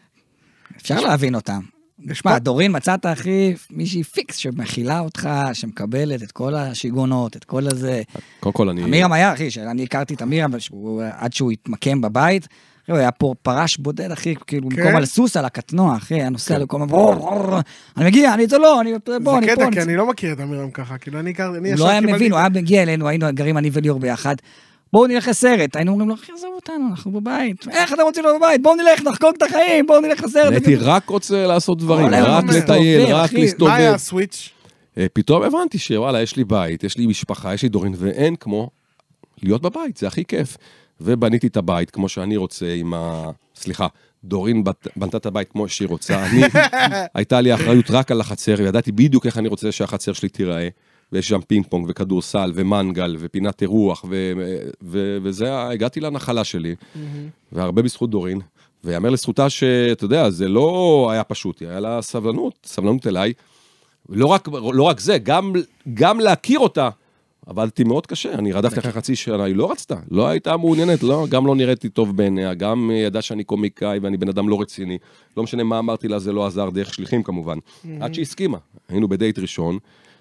אפשר להבין אותם. נשמע, דורין מצאת הכי מישהי פיקס שמכילה אותך, שמקבלת את כל השיגונות, את כל הזה. קודם כל אני... אמירם היה, אחי, שאני הכרתי את אמירם, עד שהוא התמקם בבית, הוא היה פה פרש בודד, אחי, כאילו, במקום על סוס, על הקטנוע, אחי, הנוסע לכל מה, אני מגיע, אני זה לא, אני בוא, אני פה. זה קטע, כי אני לא מכיר את אמירם ככה, כאילו, אני הכרתי, אני הוא לא היה מבין, הוא היה מגיע אלינו, היינו גרים אני וליאור ביחד, בואו נלך לסרט, היינו אומרים לו, אחי, עזוב אותנו, אנחנו בבית, איך אתם רוצים להיות בבית, בואו נלך, נחגוג את החיים, בואו נלך לסרט. הייתי רק רוצה לעשות דברים, רק לטייל, רק להסתובב. מה היה הסוויץ'? פתאום הבנתי שוואלה, יש לי בית, יש לי משפחה, יש לי דורין, ואין כמו להיות בבית, זה הכי כיף. ובניתי את הבית כמו שאני רוצה עם ה... סליחה, דורין בנתה את הבית כמו שהיא רוצה. אני, הייתה לי אחריות רק על החצר, וידעתי בדיוק איך אני רוצה שהחצר שלי תיראה. ויש שם פינג פונג וכדורסל ומנגל ופינת אירוח, ו... ו... וזה, הגעתי לנחלה שלי, והרבה בזכות דורין, ויאמר לזכותה שאתה יודע, זה לא היה פשוט, היה לה סבלנות, סבלנות אליי, לא רק, לא רק זה, גם, גם להכיר אותה, עבדתי מאוד קשה, אני רדפתי אחרי חצי שנה, היא לא רצתה, לא הייתה מעוניינת, לא, גם לא נראיתי טוב בעיניה, גם ידע שאני קומיקאי ואני בן אדם לא רציני, לא משנה מה אמרתי לה, זה לא עזר, דרך שליחים כמובן, עד שהסכימה, היינו בדייט ראשון,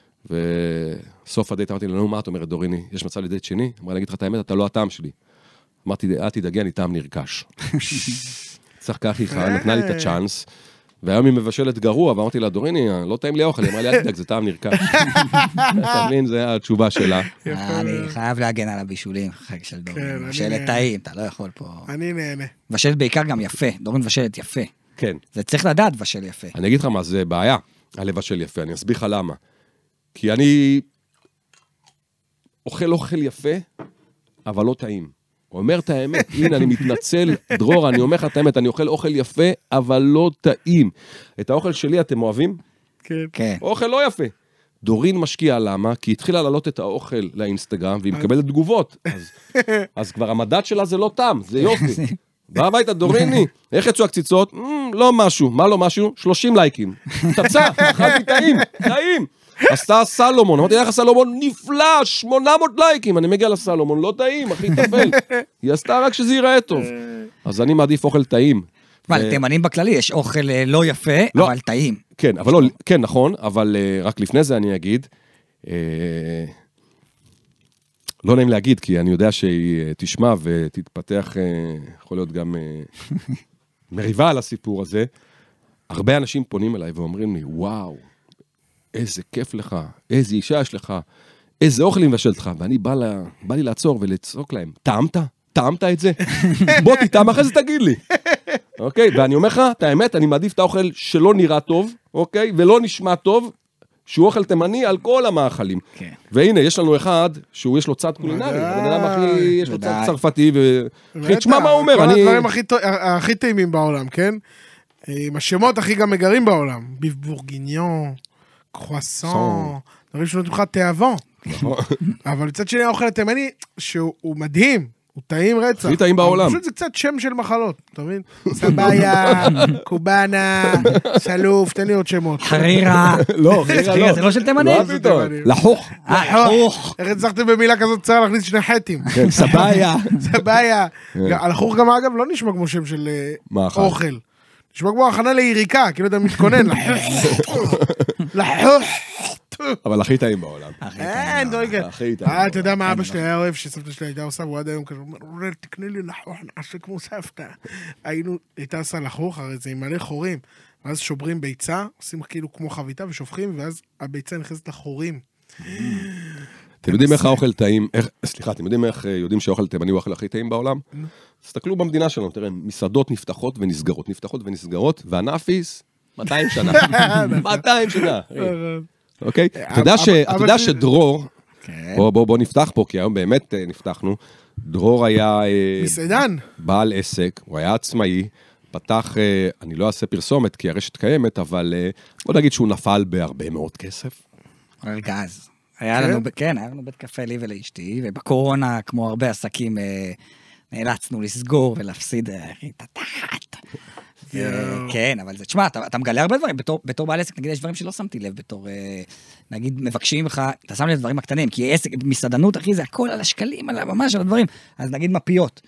וסוף הדייט אמרתי לנו, מה את אומרת דוריני, יש מצב לדייט שני? אמרה להגיד לך את האמת, אתה לא הטעם שלי. אמרתי, אל תדאגי, אני טעם נרכש. צחקה אחיך, נתנה לי את הצ'אנס, והיום היא מבשלת גרוע, ואמרתי לה, דוריני, לא טעים לי אוכל, היא אמרה לי, אל תדאג, זה טעם נרכש. אתה מבין, זה התשובה שלה. אני חייב להגן על הבישולים של דורין. מבשלת טעים, אתה לא יכול פה. אני נהנה. מבשלת בעיקר גם יפה, דורין מבשלת יפה. כן. זה צריך לדעת מבשל יפה. אני אגיד לך מה, זה בעיה, הלבשל יפה, אני אסביר לך למה. כי אני אוכל אוכל יפה, אבל לא טעים. אומר את האמת, הנה אני מתנצל, דרור, אני אומר לך את האמת, אני אוכל אוכל יפה, אבל לא טעים. את האוכל שלי אתם אוהבים? כן. אוכל לא יפה. דורין משקיעה, למה? כי התחילה לעלות את האוכל לאינסטגרם, והיא מקבלת תגובות. אז, אז כבר המדד שלה זה לא טעם, זה יופי. בא הביתה, דוריני, איך יצאו הקציצות? לא משהו, מה לא משהו? שלושים לייקים. תצא, אכלתי טעים, טעים. עשתה סלומון, אמרתי לך סלומון נפלא, שמונה מאות לייקים, אני מגיע לסלומון, לא טעים, אחי טפל. היא עשתה רק שזה ייראה טוב. אז אני מעדיף אוכל טעים. מה, לתימנים בכללי יש אוכל לא יפה, אבל טעים. כן, אבל לא, כן, נכון, אבל רק לפני זה אני אגיד, לא נעים להגיד, כי אני יודע שהיא תשמע ותתפתח, יכול להיות גם מריבה על הסיפור הזה. הרבה אנשים פונים אליי ואומרים לי, וואו, איזה כיף לך, איזה אישה יש לך, איזה אוכל היא מבשלת לך, ואני בא, לה, בא לי לעצור ולצעוק להם, טעמת? טעמת את זה? בוא תטעם אחרי זה תגיד לי. אוקיי? ואני אומר לך, את האמת, אני מעדיף את האוכל שלא נראה טוב, אוקיי? ולא נשמע טוב, שהוא אוכל תימני על כל המאכלים. כן. והנה, יש לנו אחד, שהוא יש לו צד קולינרי, הבן אדם הכי, יש לו צד צרפתי, ואחי, תשמע מה הוא אומר, כל אני... הדברים הכי, הכי טעימים בעולם, כן? עם השמות הכי גם מגרים בעולם. ביף בורגיניון, קרואסון, דברים שנותנים לך תיאבון. אבל מצד שני האוכל התימני, שהוא מדהים, הוא טעים רצח. הכי טעים בעולם. פשוט זה קצת שם של מחלות, אתה מבין? סבאיה, קובאנה, שלוף, תן לי עוד שמות. חרירה. לא, חרירה לא. זה לא של תימנים? זה תימנים. לחוך. לחוך. איך הצלחתם במילה כזאת צריך להכניס שני חטים. סבאיה. סבאיה. הלחוך גם אגב לא נשמע כמו שם של אוכל. נשמע כמו הכנה ליריקה, כאילו אתה מתכונן. לחוך. לחוך. אבל הכי טעים בעולם. אין, דויגן. אתה יודע מה אבא שלי היה אוהב שסבתא שלי הייתה עושה, והוא עד היום כזה, הוא אומר, תקנה לי לחוך, נעשה כמו סבתא. היינו, הייתה עושה לחוך, הרי זה עם מלא חורים, ואז שוברים ביצה, עושים כאילו כמו חביתה ושופכים, ואז הביצה נכנסת לחורים. אתם יודעים איך האוכל טעים, סליחה, אתם יודעים איך יודעים שהאוכל תימני הוא האוכל הכי טעים בעולם? תסתכלו במדינה שלנו, תראה, מסעדות נפתחות ונסגרות, נפתחות ונסגרות, והנאפיס, מאתיים שנה. מאתיים שנה. אוקיי? אתה יודע שדרור, בוא נפתח פה, כי היום באמת נפתחנו, דרור היה... מסעדן. בעל עסק, הוא היה עצמאי, פתח, אני לא אעשה פרסומת, כי הרשת קיימת, אבל בוא נגיד שהוא נפל בהרבה מאוד כסף. ארגז. היה לנו, כן, היה לנו בית קפה לי ולאשתי, ובקורונה, כמו הרבה עסקים, נאלצנו לסגור ולהפסיד את התחת. כן, אבל זה, תשמע, אתה מגלה הרבה דברים, בתור בעל עסק, נגיד, יש דברים שלא שמתי לב, בתור, נגיד, מבקשים ממך, אתה שם לי את הדברים הקטנים, כי עסק, מסעדנות, אחי, זה הכל על השקלים, על ממש על הדברים. אז נגיד מפיות.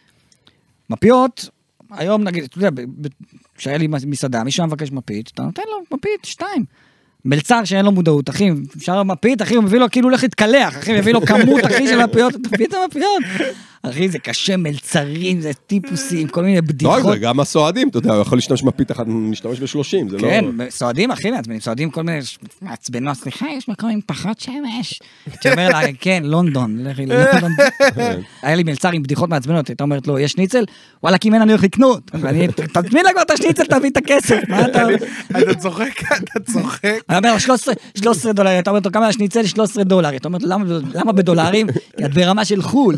מפיות, היום, נגיד, אתה יודע, כשהיה לי מסעדה, מישהו מבקש מפית, אתה נותן לו מפית, שתיים. מלצר שאין לו מודעות, אחי, אפשר מפית, אחי, הוא מביא לו כאילו הולך להתקלח, אחי, מביא לו כמות, אחי, של מפיות, תביא את המפיות. אחי, זה קשה, מלצרים, זה טיפוסים, כל מיני בדיחות. לא, גם הסועדים, אתה יודע, הוא יכול להשתמש מפית אחת, משתמש בשלושים, זה לא... כן, סועדים, אחי, מעצבנים, סועדים כל מיני, מעצבנו, סליחה, יש מקום עם פחות שמש. אתה אומר לה, כן, לונדון, לכי ללונדון. היה לי מלצר עם בדיחות מעצבנות, הייתה אומרת לו, יש שניצל? וואלה, כי מן אני הולך לקנות. תזמין לה כבר את השניצל, תביא את הכסף. אתה צוחק, אתה צוחק. אני אומר, שלושה עשר דולר, אתה אומר לו, כמה השניצל? שלושה עשר דולר. אתה אומר לו, למה בדולרים? כי את ברמה של חול.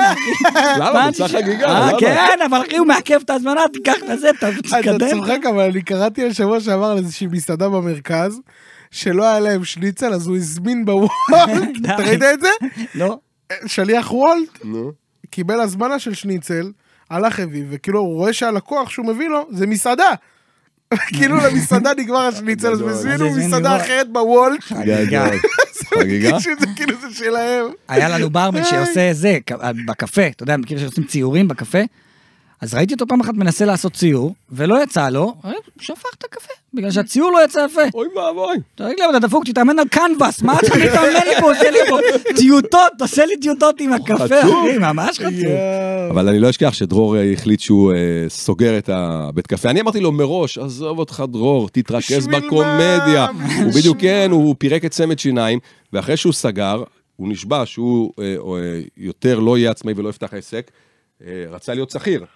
למה? מצא חגיגה. כן, אבל אחי, הוא מעכב את הזמנה, תיקח את זה, תתקדם. אתה צוחק, אבל אני קראתי השבוע שעבר על איזושהי מסעדה במרכז, שלא היה להם שניצל, אז הוא הזמין בוולט. אתה ראית את זה? לא. שליח וולט, קיבל הזמנה של שניצל, הלך הביא, וכאילו הוא רואה שהלקוח שהוא מביא לו, זה מסעדה. כאילו למסעדה נגמר השניצל, אז מזמינו מסעדה אחרת בוולט. חגיגה. חגיגה? זה כאילו זה שלהם. היה לנו ברמן שעושה זה, בקפה, אתה יודע, מכיר שעושים ציורים בקפה, אז ראיתי אותו פעם אחת מנסה לעשות ציור, ולא יצא לו, שפך את הקפה, בגלל שהציור לא יצא יפה. אוי ואבוי. תגיד לי, אתה דפוק, תתאמן על קנבס, מה אתה מתאמן לי פה, עושה לי פה טיוטות, עושה לי טיוטות עם הקפה, אחי, ממש חצוף. אבל אני לא אשכח שדרור החליט שהוא סוגר את הבית קפה. אני אמרתי לו מראש, עזוב אותך דרור, תתרכז בקומדיה. הוא בדיוק כן, הוא פירק את צמד שיניים, ואחרי שהוא סגר, הוא נשבע שהוא יותר לא יהיה עצמאי ולא יפתח עסק, רצה להיות שכיר.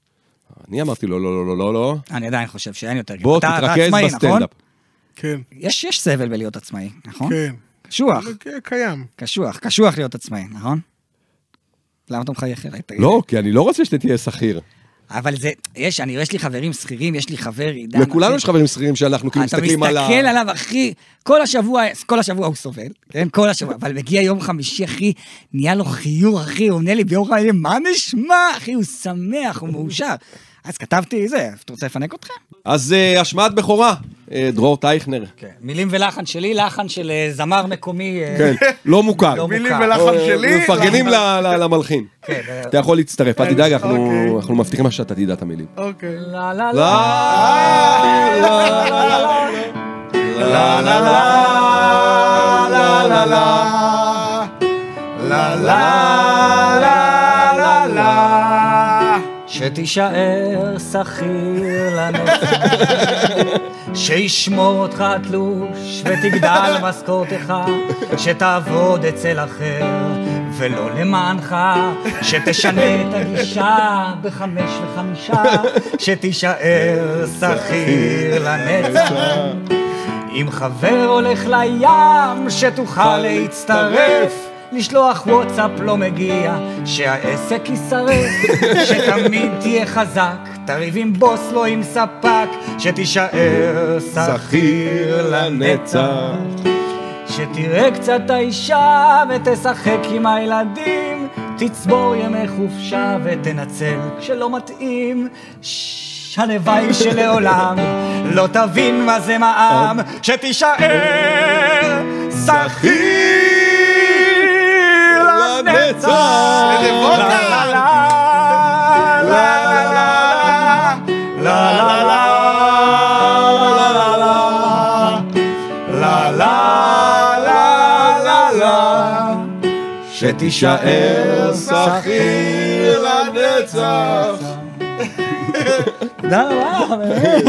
אני אמרתי לו, לא, לא, לא, לא, לא. אני עדיין חושב שאין יותר. בוא תתרכז בסטנדאפ. כן. יש סבל בלהיות עצמאי, נכון? כן. קשוח. קיים. קשוח, קשוח להיות עצמאי, נכון? למה אתה מחייך אליי? לא, כי אני לא רוצה שאתה תהיה שכיר. אבל זה, יש, אני, יש לי חברים שכירים, יש לי חבר עידן. לכולנו יש חברים שכירים שאנחנו כאילו מסתכלים על ה... אתה מסתכל עליו, אחי, כל השבוע, כל השבוע הוא סובל, כן? כל השבוע, אבל מגיע יום חמישי, אחי, נהיה לו חיור, אחי, הוא עונה לי ביום חמישי, מה נשמע, אחי, הוא שמח, הוא מאושר. אז כתבתי זה, אתה רוצה לפנק אתכם? אז השמעת בכורה, דרור טייכנר. מילים ולחן שלי, לחן של זמר מקומי. כן, לא מוכר. מילים ולחן שלי. מפרגנים למלחין. אתה יכול להצטרף, אל תדאג, אנחנו מבטיחים שאתה תדע את המילים. אוקיי. לה לה לה לה לה לה לה לה לה לה לה שתישאר שכיר לנצח, שישמור אותך תלוש ותגדל משכורתך, שתעבוד אצל אחר ולא למענך, שתשנה את הגישה בחמש וחמישה, שתישאר שכיר לנצח. אם חבר הולך לים, שתוכל להצטרף, לשלוח וואטסאפ לא מגיע, שהעסק יישרף, שתמיד תהיה חזק, תריב עם בוס לא עם ספק, שתישאר שכיר לנצח, שתראה קצת האישה ותשחק עם הילדים, תצבור ימי חופשה ותנצל כשלא מתאים, הלוואי שלעולם לא תבין מה זה מע"מ, שתישאר שכיר לנצח. לה לה לה לה לה לה לה לה לה ותישאר שכיר לנצח. תודה רבה,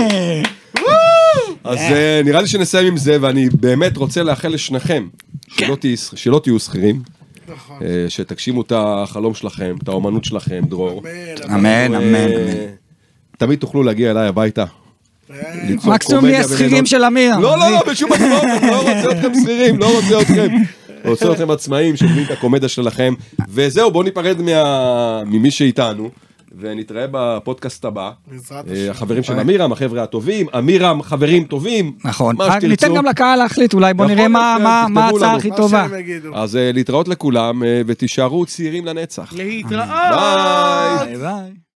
אז נראה לי שנסיים עם זה, ואני באמת רוצה לאחל לשניכם שלא תהיו שכירים, שתגשימו את החלום שלכם, את האומנות שלכם, דרור. אמן, אמן. תמיד תוכלו להגיע אליי הביתה. מקסימום נהיה שכירים של אמיר. לא, לא, לא, בשום מקום, לא רוצה אתכם שכירים, לא רוצה אתכם. רוצה אתכם עצמאים שבנים את הקומדיה שלכם. וזהו, בואו ניפרד ממי שאיתנו. ונתראה בפודקאסט הבא. החברים של אמירם, החבר'ה הטובים, אמירם, חברים טובים. נכון. ניתן גם לקהל להחליט, אולי בוא נראה מה ההצעה הכי טובה. אז להתראות לכולם, ותישארו צעירים לנצח. להתראות. ביי. ביי.